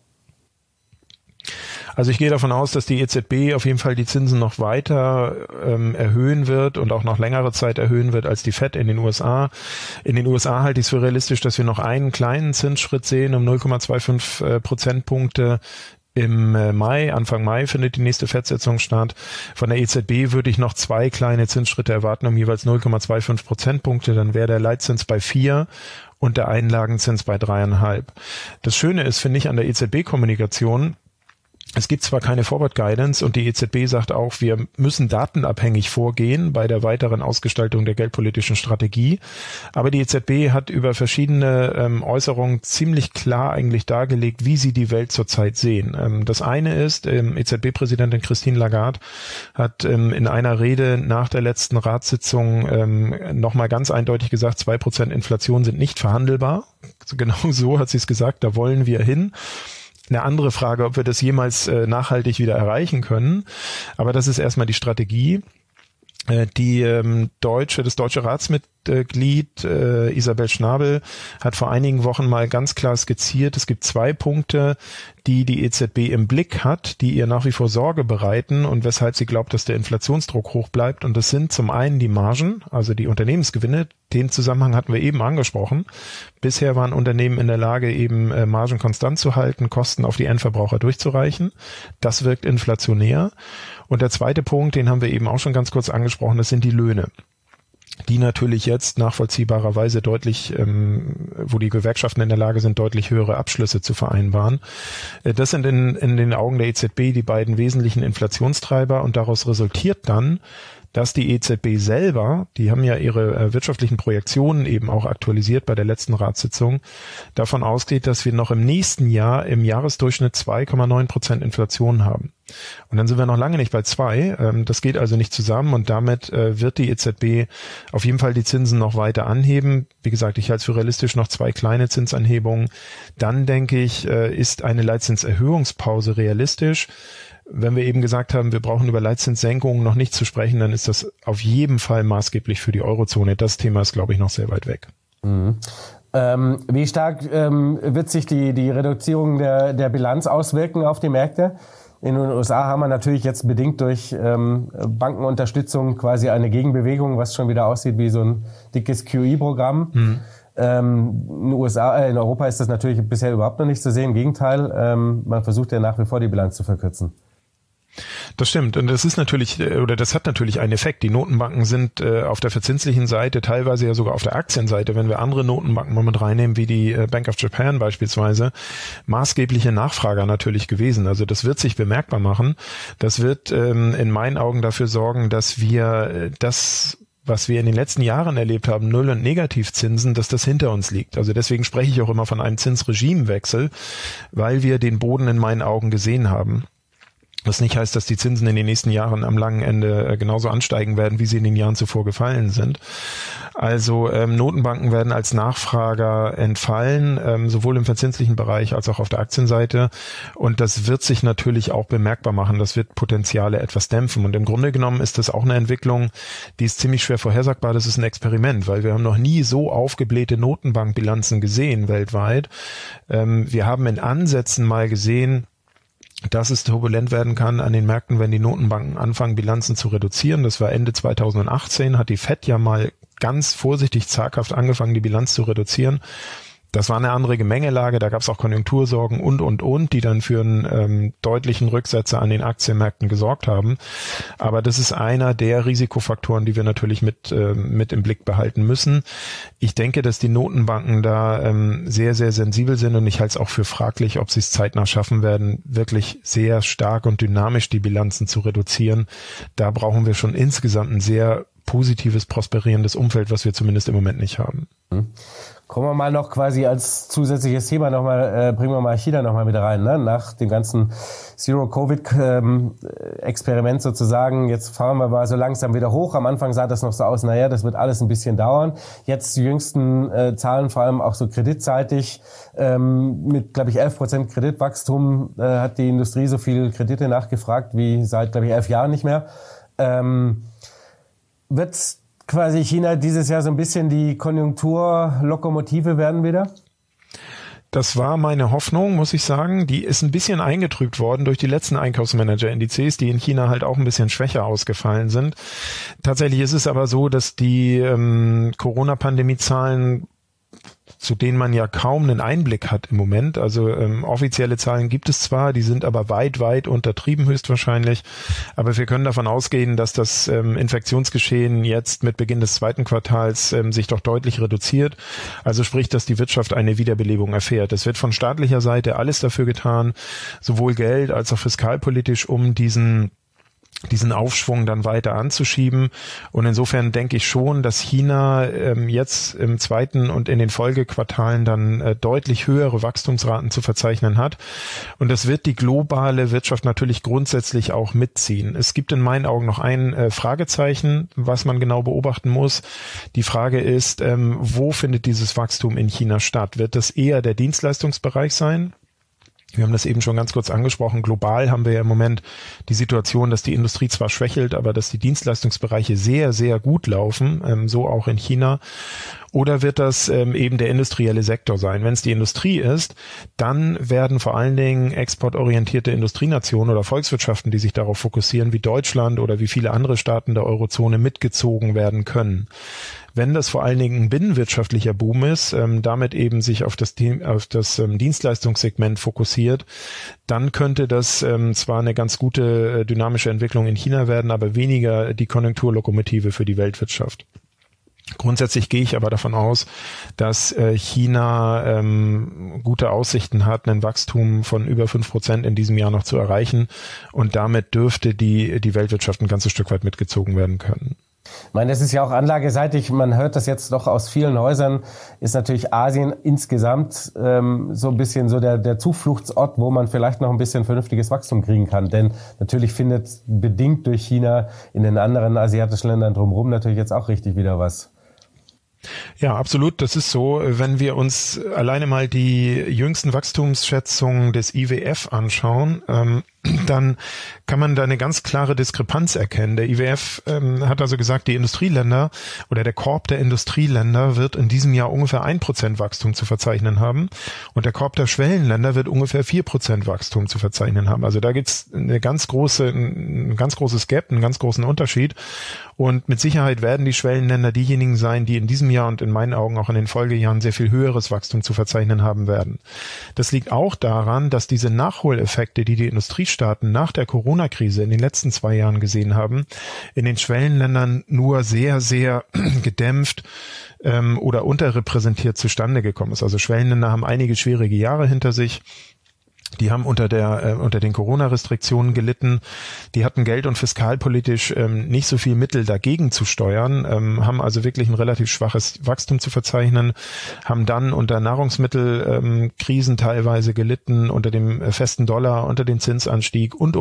Also ich gehe davon aus, dass die EZB auf jeden Fall die Zinsen noch weiter erhöhen wird und auch noch längere Zeit erhöhen wird als die Fed in den USA. In den USA halte ich es für realistisch, dass wir noch einen kleinen Zinsschritt sehen um 0,25 Prozentpunkte. Im Mai, Anfang Mai findet die nächste Fed-Sitzung statt. Von der EZB würde ich noch 2 kleine Zinsschritte erwarten um jeweils 0,25 Prozentpunkte. Dann wäre der Leitzins bei 4 und der Einlagenzins bei 3,5. Das Schöne ist, finde ich, an der EZB-Kommunikation, es gibt zwar keine Forward Guidance und die EZB sagt auch, wir müssen datenabhängig vorgehen bei der weiteren Ausgestaltung der geldpolitischen Strategie, aber die EZB hat über verschiedene Äußerungen ziemlich klar eigentlich dargelegt, wie sie die Welt zurzeit sehen. Das eine ist, EZB-Präsidentin Christine Lagarde hat in einer Rede nach der letzten Ratssitzung nochmal ganz eindeutig gesagt, 2% Inflation sind nicht verhandelbar. Genau so hat sie es gesagt, da wollen wir hin. Eine andere Frage, ob wir das jemals nachhaltig wieder erreichen können. Aber das ist erstmal die Strategie. Das deutsche Ratsmitglied Isabel Schnabel hat vor einigen Wochen mal ganz klar skizziert, es gibt 2 Punkte, die EZB im Blick hat, die ihr nach wie vor Sorge bereiten und weshalb sie glaubt, dass der Inflationsdruck hoch bleibt. Und das sind zum einen die Margen, also die Unternehmensgewinne. Den Zusammenhang hatten wir eben angesprochen. Bisher waren Unternehmen in der Lage, eben Margen konstant zu halten, Kosten auf die Endverbraucher durchzureichen. Das wirkt inflationär. Und der zweite Punkt, den haben wir eben auch schon ganz kurz angesprochen, das sind die Löhne, die natürlich jetzt nachvollziehbarerweise deutlich, wo die Gewerkschaften in der Lage sind, deutlich höhere Abschlüsse zu vereinbaren. Das sind in den Augen der EZB die beiden wesentlichen Inflationstreiber und daraus resultiert dann, dass die EZB selber, die haben ja ihre wirtschaftlichen Projektionen eben auch aktualisiert bei der letzten Ratssitzung, davon ausgeht, dass wir noch im nächsten Jahr im Jahresdurchschnitt 2,9% Inflation haben. Und dann sind wir noch lange nicht bei 2. Das geht also nicht zusammen und damit wird die EZB auf jeden Fall die Zinsen noch weiter anheben. Wie gesagt, ich halte es für realistisch, noch 2 kleine Zinsanhebungen. Dann denke ich, ist eine Leitzinserhöhungspause realistisch. Wenn wir eben gesagt haben, wir brauchen über Leitzinssenkungen noch nicht zu sprechen, dann ist das auf jeden Fall maßgeblich für die Eurozone. Das Thema ist, glaube ich, noch sehr weit weg. Mhm. Wie stark wird sich die Reduzierung der Bilanz auswirken auf die Märkte? In den USA haben wir natürlich jetzt bedingt durch Bankenunterstützung quasi eine Gegenbewegung, was schon wieder aussieht wie so ein dickes QE-Programm. In Europa ist das natürlich bisher überhaupt noch nicht zu sehen. Im Gegenteil, man versucht ja nach wie vor die Bilanz zu verkürzen. Das stimmt. Und das ist natürlich, oder das hat natürlich einen Effekt. Die Notenbanken sind auf der verzinslichen Seite, teilweise ja sogar auf der Aktienseite, wenn wir andere Notenbanken mal mit reinnehmen, wie die Bank of Japan beispielsweise, maßgebliche Nachfrager natürlich gewesen. Also das wird sich bemerkbar machen. Das wird in meinen Augen dafür sorgen, dass wir das, was wir in den letzten Jahren erlebt haben, Null- und Negativzinsen, dass das hinter uns liegt. Also deswegen spreche ich auch immer von einem Zinsregimewechsel, weil wir den Boden in meinen Augen gesehen haben. Was nicht heißt, dass die Zinsen in den nächsten Jahren am langen Ende genauso ansteigen werden, wie sie in den Jahren zuvor gefallen sind. Also Notenbanken werden als Nachfrager entfallen, sowohl im verzinslichen Bereich als auch auf der Aktienseite. Und das wird sich natürlich auch bemerkbar machen. Das wird Potenziale etwas dämpfen. Und im Grunde genommen ist das auch eine Entwicklung, die ist ziemlich schwer vorhersagbar. Das ist ein Experiment, weil wir haben noch nie so aufgeblähte Notenbankbilanzen gesehen weltweit. Wir haben in Ansätzen mal gesehen, dass es turbulent werden kann an den Märkten, wenn die Notenbanken anfangen, Bilanzen zu reduzieren. Das war Ende 2018, hat die FED ja mal ganz vorsichtig zaghaft angefangen, die Bilanz zu reduzieren. Das war eine andere Gemengelage, da gab es auch Konjunktursorgen und, die dann für einen deutlichen Rücksetzer an den Aktienmärkten gesorgt haben. Aber das ist einer der Risikofaktoren, die wir natürlich mit im Blick behalten müssen. Ich denke, dass die Notenbanken da sehr, sehr sensibel sind und ich halte es auch für fraglich, ob sie es zeitnah schaffen werden, wirklich sehr stark und dynamisch die Bilanzen zu reduzieren. Da brauchen wir schon insgesamt ein sehr positives, prosperierendes Umfeld, was wir zumindest im Moment nicht haben. Kommen wir mal noch quasi als zusätzliches Thema nochmal, bringen wir mal China nochmal mit rein, ne? Nach dem ganzen Zero-Covid-Experiment sozusagen. Jetzt fahren wir mal so langsam wieder hoch. Am Anfang sah das noch so aus, naja, das wird alles ein bisschen dauern. Jetzt die jüngsten Zahlen, vor allem auch so kreditseitig, mit, glaube ich, 11% Kreditwachstum hat die Industrie so viel Kredite nachgefragt wie seit, glaube ich, 11 Jahren nicht mehr. Wird quasi China dieses Jahr so ein bisschen die Konjunkturlokomotive werden wieder? Das war meine Hoffnung, muss ich sagen. Die ist ein bisschen eingetrübt worden durch die letzten Einkaufsmanager-Indizes, die in China halt auch ein bisschen schwächer ausgefallen sind. Tatsächlich ist es aber so, dass die Corona-Pandemie-Zahlen, zu denen man ja kaum einen Einblick hat im Moment. Also offizielle Zahlen gibt es zwar, die sind aber weit, weit untertrieben höchstwahrscheinlich. Aber wir können davon ausgehen, dass das Infektionsgeschehen jetzt mit Beginn des zweiten Quartals sich doch deutlich reduziert. Also sprich, dass die Wirtschaft eine Wiederbelebung erfährt. Es wird von staatlicher Seite alles dafür getan, sowohl Geld als auch fiskalpolitisch, um diesen Aufschwung dann weiter anzuschieben. Und insofern denke ich schon, dass China jetzt im zweiten und in den Folgequartalen dann deutlich höhere Wachstumsraten zu verzeichnen hat. Und das wird die globale Wirtschaft natürlich grundsätzlich auch mitziehen. Es gibt in meinen Augen noch ein Fragezeichen, was man genau beobachten muss. Die Frage ist, wo findet dieses Wachstum in China statt? Wird das eher der Dienstleistungsbereich sein? Wir haben das eben schon ganz kurz angesprochen. Global haben wir ja im Moment die Situation, dass die Industrie zwar schwächelt, aber dass die Dienstleistungsbereiche sehr, sehr gut laufen, so auch in China. Oder wird das eben der industrielle Sektor sein? Wenn es die Industrie ist, dann werden vor allen Dingen exportorientierte Industrienationen oder Volkswirtschaften, die sich darauf fokussieren, wie Deutschland oder wie viele andere Staaten der Eurozone mitgezogen werden können. Wenn das vor allen Dingen ein binnenwirtschaftlicher Boom ist, damit eben sich auf das Dienstleistungssegment fokussiert, dann könnte das zwar eine ganz gute dynamische Entwicklung in China werden, aber weniger die Konjunkturlokomotive für die Weltwirtschaft. Grundsätzlich gehe ich aber davon aus, dass China gute Aussichten hat, ein Wachstum von über 5% in diesem Jahr noch zu erreichen und damit dürfte die Weltwirtschaft ein ganzes Stück weit mitgezogen werden können. Ich meine, das ist ja auch anlageseitig, man hört das jetzt doch aus vielen Häusern, ist natürlich Asien insgesamt so ein bisschen so der Zufluchtsort, wo man vielleicht noch ein bisschen vernünftiges Wachstum kriegen kann. Denn natürlich findet bedingt durch China in den anderen asiatischen Ländern drumherum natürlich jetzt auch richtig wieder was. Ja, absolut. Das ist so. Wenn wir uns alleine mal die jüngsten Wachstumsschätzungen des IWF anschauen, dann kann man da eine ganz klare Diskrepanz erkennen. Der IWF hat also gesagt, die Industrieländer oder der Korb der Industrieländer wird in diesem Jahr ungefähr 1% Wachstum zu verzeichnen haben und der Korb der Schwellenländer wird ungefähr 4% Wachstum zu verzeichnen haben. Also da gibt's ein ganz großes Gap, einen ganz großen Unterschied Und mit Sicherheit werden die Schwellenländer diejenigen sein, die in diesem Jahr und in meinen Augen auch in den Folgejahren sehr viel höheres Wachstum zu verzeichnen haben werden. Das liegt auch daran, dass diese Nachholeffekte, die die Industriestaaten nach der Corona-Krise in den letzten 2 Jahren gesehen haben, in den Schwellenländern nur sehr, sehr gedämpft oder unterrepräsentiert zustande gekommen ist. Also Schwellenländer haben einige schwierige Jahre hinter sich. Die haben unter den Corona-Restriktionen gelitten. Die hatten geld- und fiskalpolitisch nicht so viel Mittel dagegen zu steuern, haben also wirklich ein relativ schwaches Wachstum zu verzeichnen, haben dann unter Nahrungsmittelkrisen teilweise gelitten, unter dem festen Dollar, unter dem Zinsanstieg und.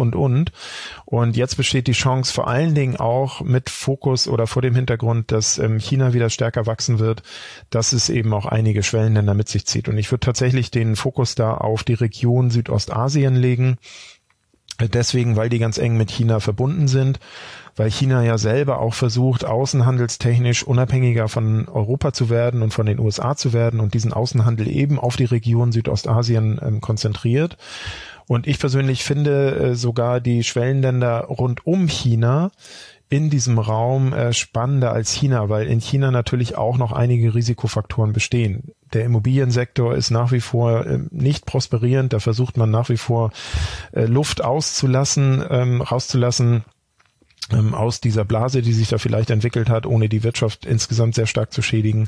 Und jetzt besteht die Chance vor allen Dingen auch mit Fokus oder vor dem Hintergrund, dass China wieder stärker wachsen wird, dass es eben auch einige Schwellenländer mit sich zieht. Und ich würde tatsächlich den Fokus da auf die Region Südostasien legen. Deswegen, weil die ganz eng mit China verbunden sind, weil China ja selber auch versucht, außenhandelstechnisch unabhängiger von Europa zu werden und von den USA zu werden und diesen Außenhandel eben auf die Region Südostasien konzentriert. Und ich persönlich finde sogar die Schwellenländer rund um China in diesem Raum spannender als China, weil in China natürlich auch noch einige Risikofaktoren bestehen. Der Immobiliensektor ist nach wie vor nicht prosperierend, da versucht man nach wie vor Luft rauszulassen aus dieser Blase, die sich da vielleicht entwickelt hat, ohne die Wirtschaft insgesamt sehr stark zu schädigen.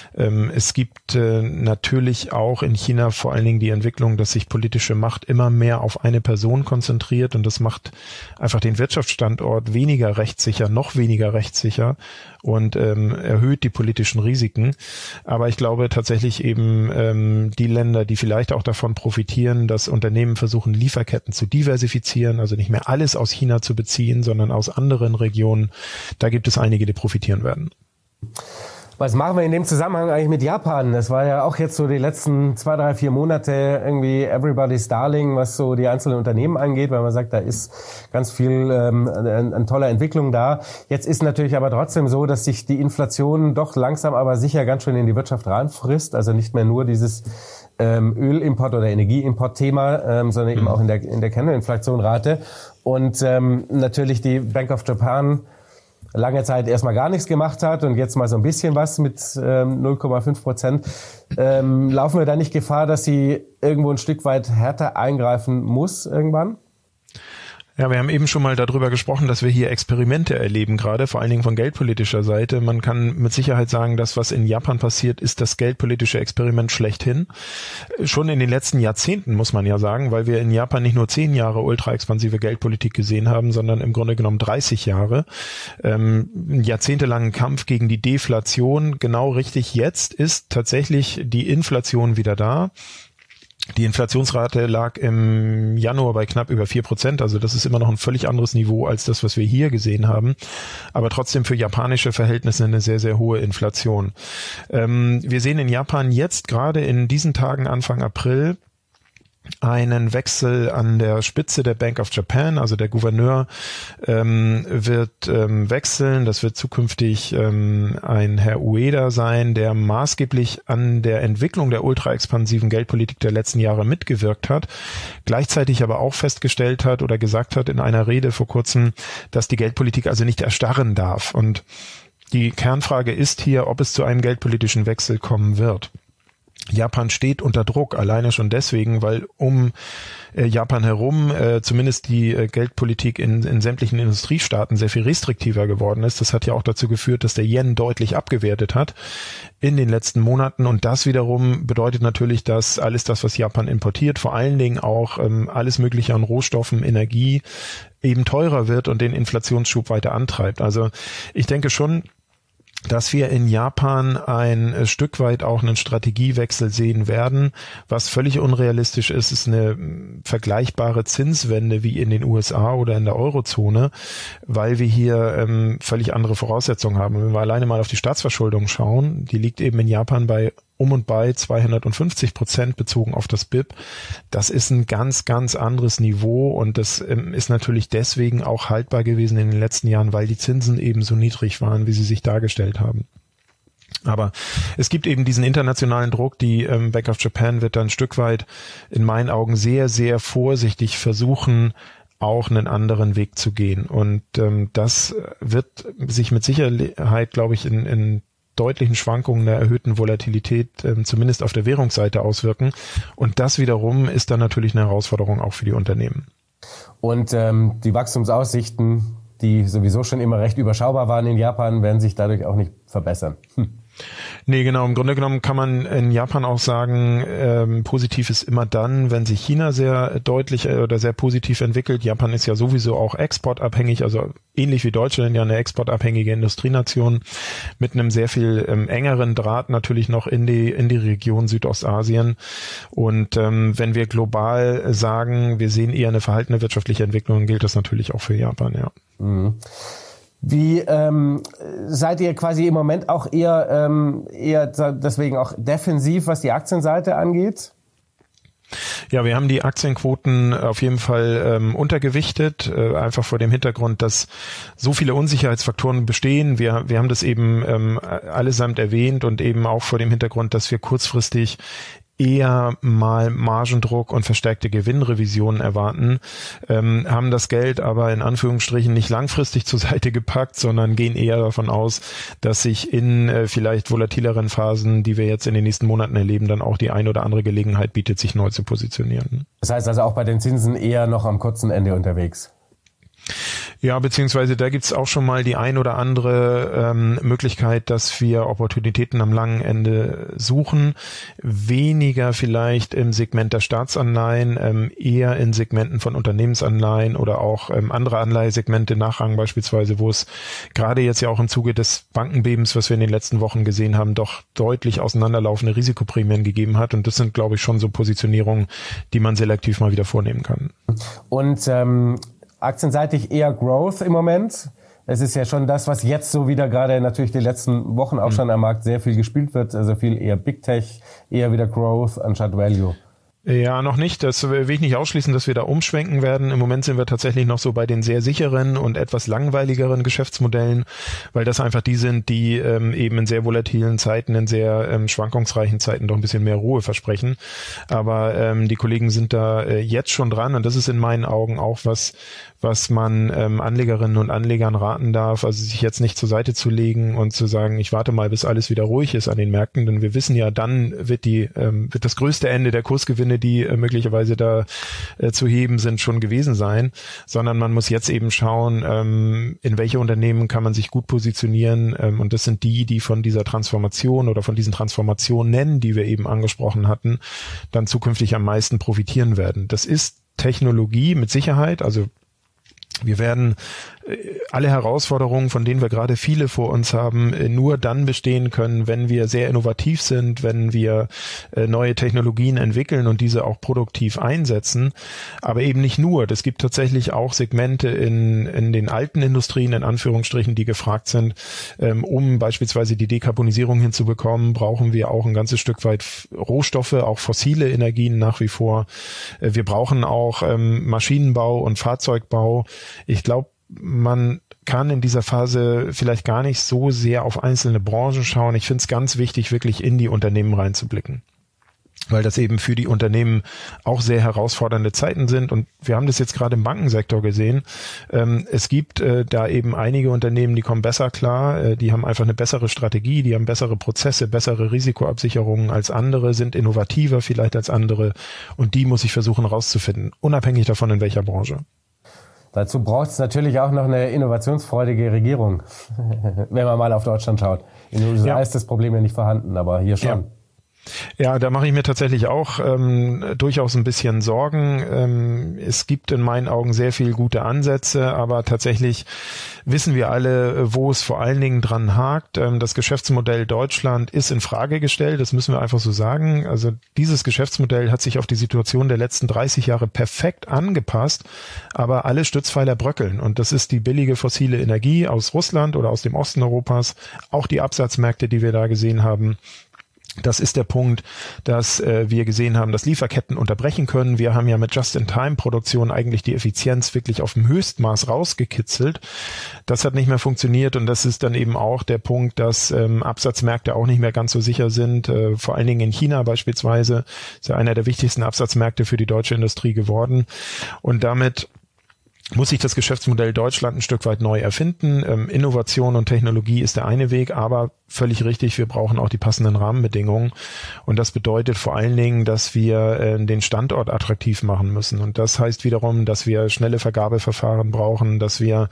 Es gibt natürlich auch in China vor allen Dingen die Entwicklung, dass sich politische Macht immer mehr auf eine Person konzentriert und das macht einfach den Wirtschaftsstandort weniger rechtssicher, noch weniger rechtssicher und erhöht die politischen Risiken. Aber ich glaube tatsächlich eben die Länder, die vielleicht auch davon profitieren, dass Unternehmen versuchen, Lieferketten zu diversifizieren, also nicht mehr alles aus China zu beziehen, sondern aus anderen Regionen, da gibt es einige, die profitieren werden. Was machen wir in dem Zusammenhang eigentlich mit Japan? Das war ja auch jetzt so die letzten 2, 3, 4 Monate irgendwie everybody's darling, was so die einzelnen Unternehmen angeht, weil man sagt, da ist ganz viel an toller Entwicklung da. Jetzt ist natürlich aber trotzdem so, dass sich die Inflation doch langsam aber sicher ganz schön in die Wirtschaft reinfrisst. Also nicht mehr nur dieses Ölimport- oder Energieimport-Thema, sondern eben auch in der Kerninflationrate. Und natürlich die Bank of Japan lange Zeit erstmal gar nichts gemacht hat und jetzt mal so ein bisschen was mit 0,5%. Laufen wir da nicht Gefahr, dass sie irgendwo ein Stück weit härter eingreifen muss irgendwann? Ja, wir haben eben schon mal darüber gesprochen, dass wir hier Experimente erleben, gerade vor allen Dingen von geldpolitischer Seite. Man kann mit Sicherheit sagen, das, was in Japan passiert, ist das geldpolitische Experiment schlechthin. Schon in den letzten Jahrzehnten, muss man ja sagen, weil wir in Japan nicht nur 10 Jahre ultra-expansive Geldpolitik gesehen haben, sondern im Grunde genommen 30 Jahre. Einen jahrzehntelangen Kampf gegen die Deflation. Genau richtig, jetzt ist tatsächlich die Inflation wieder da. Die Inflationsrate lag im Januar bei knapp über 4%, also das ist immer noch ein völlig anderes Niveau als das, was wir hier gesehen haben, aber trotzdem für japanische Verhältnisse eine sehr, sehr hohe Inflation. Wir sehen in Japan jetzt gerade in diesen Tagen Anfang April einen Wechsel an der Spitze der Bank of Japan, also der Gouverneur wird wechseln. Das wird zukünftig ein Herr Ueda sein, der maßgeblich an der Entwicklung der ultraexpansiven Geldpolitik der letzten Jahre mitgewirkt hat, gleichzeitig aber auch festgestellt hat oder gesagt hat in einer Rede vor kurzem, dass die Geldpolitik also nicht erstarren darf. Und die Kernfrage ist hier, ob es zu einem geldpolitischen Wechsel kommen wird. Japan steht unter Druck, alleine schon deswegen, weil um Japan herum zumindest die Geldpolitik in sämtlichen Industriestaaten sehr viel restriktiver geworden ist. Das hat ja auch dazu geführt, dass der Yen deutlich abgewertet hat in den letzten Monaten und das wiederum bedeutet natürlich, dass alles das, was Japan importiert, vor allen Dingen auch alles Mögliche an Rohstoffen, Energie eben teurer wird und den Inflationsschub weiter antreibt. Also ich denke schon, dass wir in Japan ein Stück weit auch einen Strategiewechsel sehen werden. Was völlig unrealistisch ist, ist eine vergleichbare Zinswende wie in den USA oder in der Eurozone, weil wir hier völlig andere Voraussetzungen haben. Wenn wir alleine mal auf die Staatsverschuldung schauen, die liegt eben in Japan bei und bei 250% bezogen auf das BIP. Das ist ein ganz, ganz anderes Niveau und das ist natürlich deswegen auch haltbar gewesen in den letzten Jahren, weil die Zinsen eben so niedrig waren, wie sie sich dargestellt haben. Aber es gibt eben diesen internationalen Druck. Die Bank of Japan wird dann ein Stück weit in meinen Augen sehr, sehr vorsichtig versuchen, auch einen anderen Weg zu gehen. Und das wird sich mit Sicherheit, glaube ich, in deutlichen Schwankungen der erhöhten Volatilität zumindest auf der Währungsseite auswirken. Und das wiederum ist dann natürlich eine Herausforderung auch für die Unternehmen. Und die Wachstumsaussichten, die sowieso schon immer recht überschaubar waren in Japan, werden sich dadurch auch nicht verbessern. Nee, genau. Im Grunde genommen kann man in Japan auch sagen, positiv ist immer dann, wenn sich China sehr deutlich oder sehr positiv entwickelt. Japan ist ja sowieso auch exportabhängig, also ähnlich wie Deutschland ja eine exportabhängige Industrienation mit einem sehr viel engeren Draht natürlich noch in die Region Südostasien. Und wenn wir global sagen, wir sehen eher eine verhaltene wirtschaftliche Entwicklung, gilt das natürlich auch für Japan, ja. Mhm. Wie seid ihr quasi im Moment auch eher deswegen auch defensiv, was die Aktienseite angeht? Ja, wir haben die Aktienquoten auf jeden Fall untergewichtet, einfach vor dem Hintergrund, dass so viele Unsicherheitsfaktoren bestehen. Wir haben das eben allesamt erwähnt und eben auch vor dem Hintergrund, dass wir kurzfristig eher mal Margendruck und verstärkte Gewinnrevisionen erwarten, haben das Geld aber in Anführungsstrichen nicht langfristig zur Seite gepackt, sondern gehen eher davon aus, dass sich in vielleicht volatileren Phasen, die wir jetzt in den nächsten Monaten erleben, dann auch die ein oder andere Gelegenheit bietet, sich neu zu positionieren. Das heißt also auch bei den Zinsen eher noch am kurzen Ende unterwegs? Ja, beziehungsweise da gibt's auch schon mal die ein oder andere Möglichkeit, dass wir Opportunitäten am langen Ende suchen. Weniger vielleicht im Segment der Staatsanleihen, eher in Segmenten von Unternehmensanleihen oder auch andere Anleihesegmente, Nachrang beispielsweise, wo es gerade jetzt ja auch im Zuge des Bankenbebens, was wir in den letzten Wochen gesehen haben, doch deutlich auseinanderlaufende Risikoprämien gegeben hat. Und das sind, glaube ich, schon so Positionierungen, die man selektiv mal wieder vornehmen kann. Und aktienseitig eher Growth im Moment. Es ist ja schon das, was jetzt so wieder gerade natürlich die letzten Wochen auch schon am Markt sehr viel gespielt wird. Also viel eher Big Tech, eher wieder Growth anstatt Value. Ja, noch nicht. Das will ich nicht ausschließen, dass wir da umschwenken werden. Im Moment sind wir tatsächlich noch so bei den sehr sicheren und etwas langweiligeren Geschäftsmodellen, weil das einfach die sind, die eben in sehr volatilen Zeiten, in sehr schwankungsreichen Zeiten doch ein bisschen mehr Ruhe versprechen. Aber die Kollegen sind da jetzt schon dran und das ist in meinen Augen auch was man Anlegerinnen und Anlegern raten darf, also sich jetzt nicht zur Seite zu legen und zu sagen, ich warte mal, bis alles wieder ruhig ist an den Märkten, denn wir wissen ja, dann wird das größte Ende der Kursgewinne, die möglicherweise da zu heben sind, schon gewesen sein, sondern man muss jetzt eben schauen, in welche Unternehmen kann man sich gut positionieren und das sind die von dieser Transformation oder von diesen Transformationen, die wir eben angesprochen hatten, dann zukünftig am meisten profitieren werden. Das ist Technologie mit Sicherheit, also wir werden alle Herausforderungen, von denen wir gerade viele vor uns haben, nur dann bestehen können, wenn wir sehr innovativ sind, wenn wir neue Technologien entwickeln und diese auch produktiv einsetzen. Aber eben nicht nur. Es gibt tatsächlich auch Segmente in den alten Industrien, in Anführungsstrichen, die gefragt sind. Um beispielsweise die Dekarbonisierung hinzubekommen, brauchen wir auch ein ganzes Stück weit Rohstoffe, auch fossile Energien nach wie vor. Wir brauchen auch Maschinenbau und Fahrzeugbau. Ich glaube, man kann in dieser Phase vielleicht gar nicht so sehr auf einzelne Branchen schauen. Ich finde es ganz wichtig, wirklich in die Unternehmen reinzublicken, weil das eben für die Unternehmen auch sehr herausfordernde Zeiten sind. Und wir haben das jetzt gerade im Bankensektor gesehen. Es gibt da eben einige Unternehmen, die kommen besser klar, die haben einfach eine bessere Strategie, die haben bessere Prozesse, bessere Risikoabsicherungen als andere, sind innovativer vielleicht als andere. Und die muss ich versuchen rauszufinden, unabhängig davon, in welcher Branche. Dazu braucht es natürlich auch noch eine innovationsfreudige Regierung, wenn man mal auf Deutschland schaut. In den USA ist das Problem ja nicht vorhanden, aber hier schon. Ja, da mache ich mir tatsächlich auch durchaus ein bisschen Sorgen. Es gibt in meinen Augen sehr viel gute Ansätze, aber tatsächlich wissen wir alle, wo es vor allen Dingen dran hakt. Das Geschäftsmodell Deutschland ist in Frage gestellt, das müssen wir einfach so sagen. Also dieses Geschäftsmodell hat sich auf die Situation der letzten 30 Jahre perfekt angepasst, aber alle Stützpfeiler bröckeln. Und das ist die billige fossile Energie aus Russland oder aus dem Osten Europas, auch die Absatzmärkte, die wir da gesehen haben. Das ist der Punkt, dass wir gesehen haben, dass Lieferketten unterbrechen können. Wir haben ja mit Just-in-Time-Produktion eigentlich die Effizienz wirklich auf dem Höchstmaß rausgekitzelt. Das hat nicht mehr funktioniert und das ist dann eben auch der Punkt, dass Absatzmärkte auch nicht mehr ganz so sicher sind. Vor allen Dingen in China beispielsweise ist ja einer der wichtigsten Absatzmärkte für die deutsche Industrie geworden. Und damit muss sich das Geschäftsmodell Deutschland ein Stück weit neu erfinden. Innovation und Technologie ist der eine Weg, aber völlig richtig, wir brauchen auch die passenden Rahmenbedingungen. Und das bedeutet vor allen Dingen, dass wir den Standort attraktiv machen müssen. Und das heißt wiederum, dass wir schnelle Vergabeverfahren brauchen, dass wir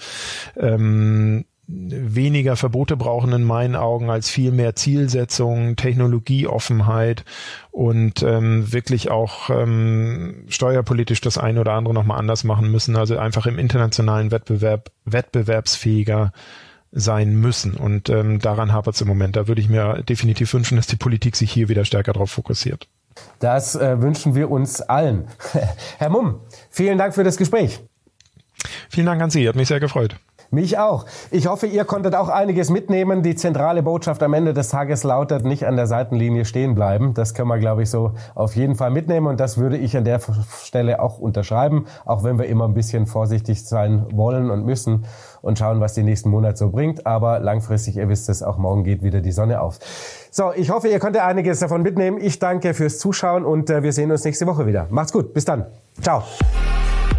weniger Verbote brauchen in meinen Augen als viel mehr Zielsetzung, Technologieoffenheit und wirklich auch steuerpolitisch das eine oder andere nochmal anders machen müssen. Also einfach im internationalen Wettbewerb wettbewerbsfähiger sein müssen. Und daran hapert es im Moment. Da würde ich mir definitiv wünschen, dass die Politik sich hier wieder stärker darauf fokussiert. Das wünschen wir uns allen. Herr Mumm, vielen Dank für das Gespräch. Vielen Dank an Sie, hat mich sehr gefreut. Mich auch. Ich hoffe, ihr konntet auch einiges mitnehmen. Die zentrale Botschaft am Ende des Tages lautet, nicht an der Seitenlinie stehen bleiben. Das können wir, glaube ich, so auf jeden Fall mitnehmen. Und das würde ich an der Stelle auch unterschreiben, auch wenn wir immer ein bisschen vorsichtig sein wollen und müssen und schauen, was die nächsten Monate so bringt. Aber langfristig, ihr wisst es, auch morgen geht wieder die Sonne auf. So, ich hoffe, ihr konntet einiges davon mitnehmen. Ich danke fürs Zuschauen und wir sehen uns nächste Woche wieder. Macht's gut. Bis dann. Ciao.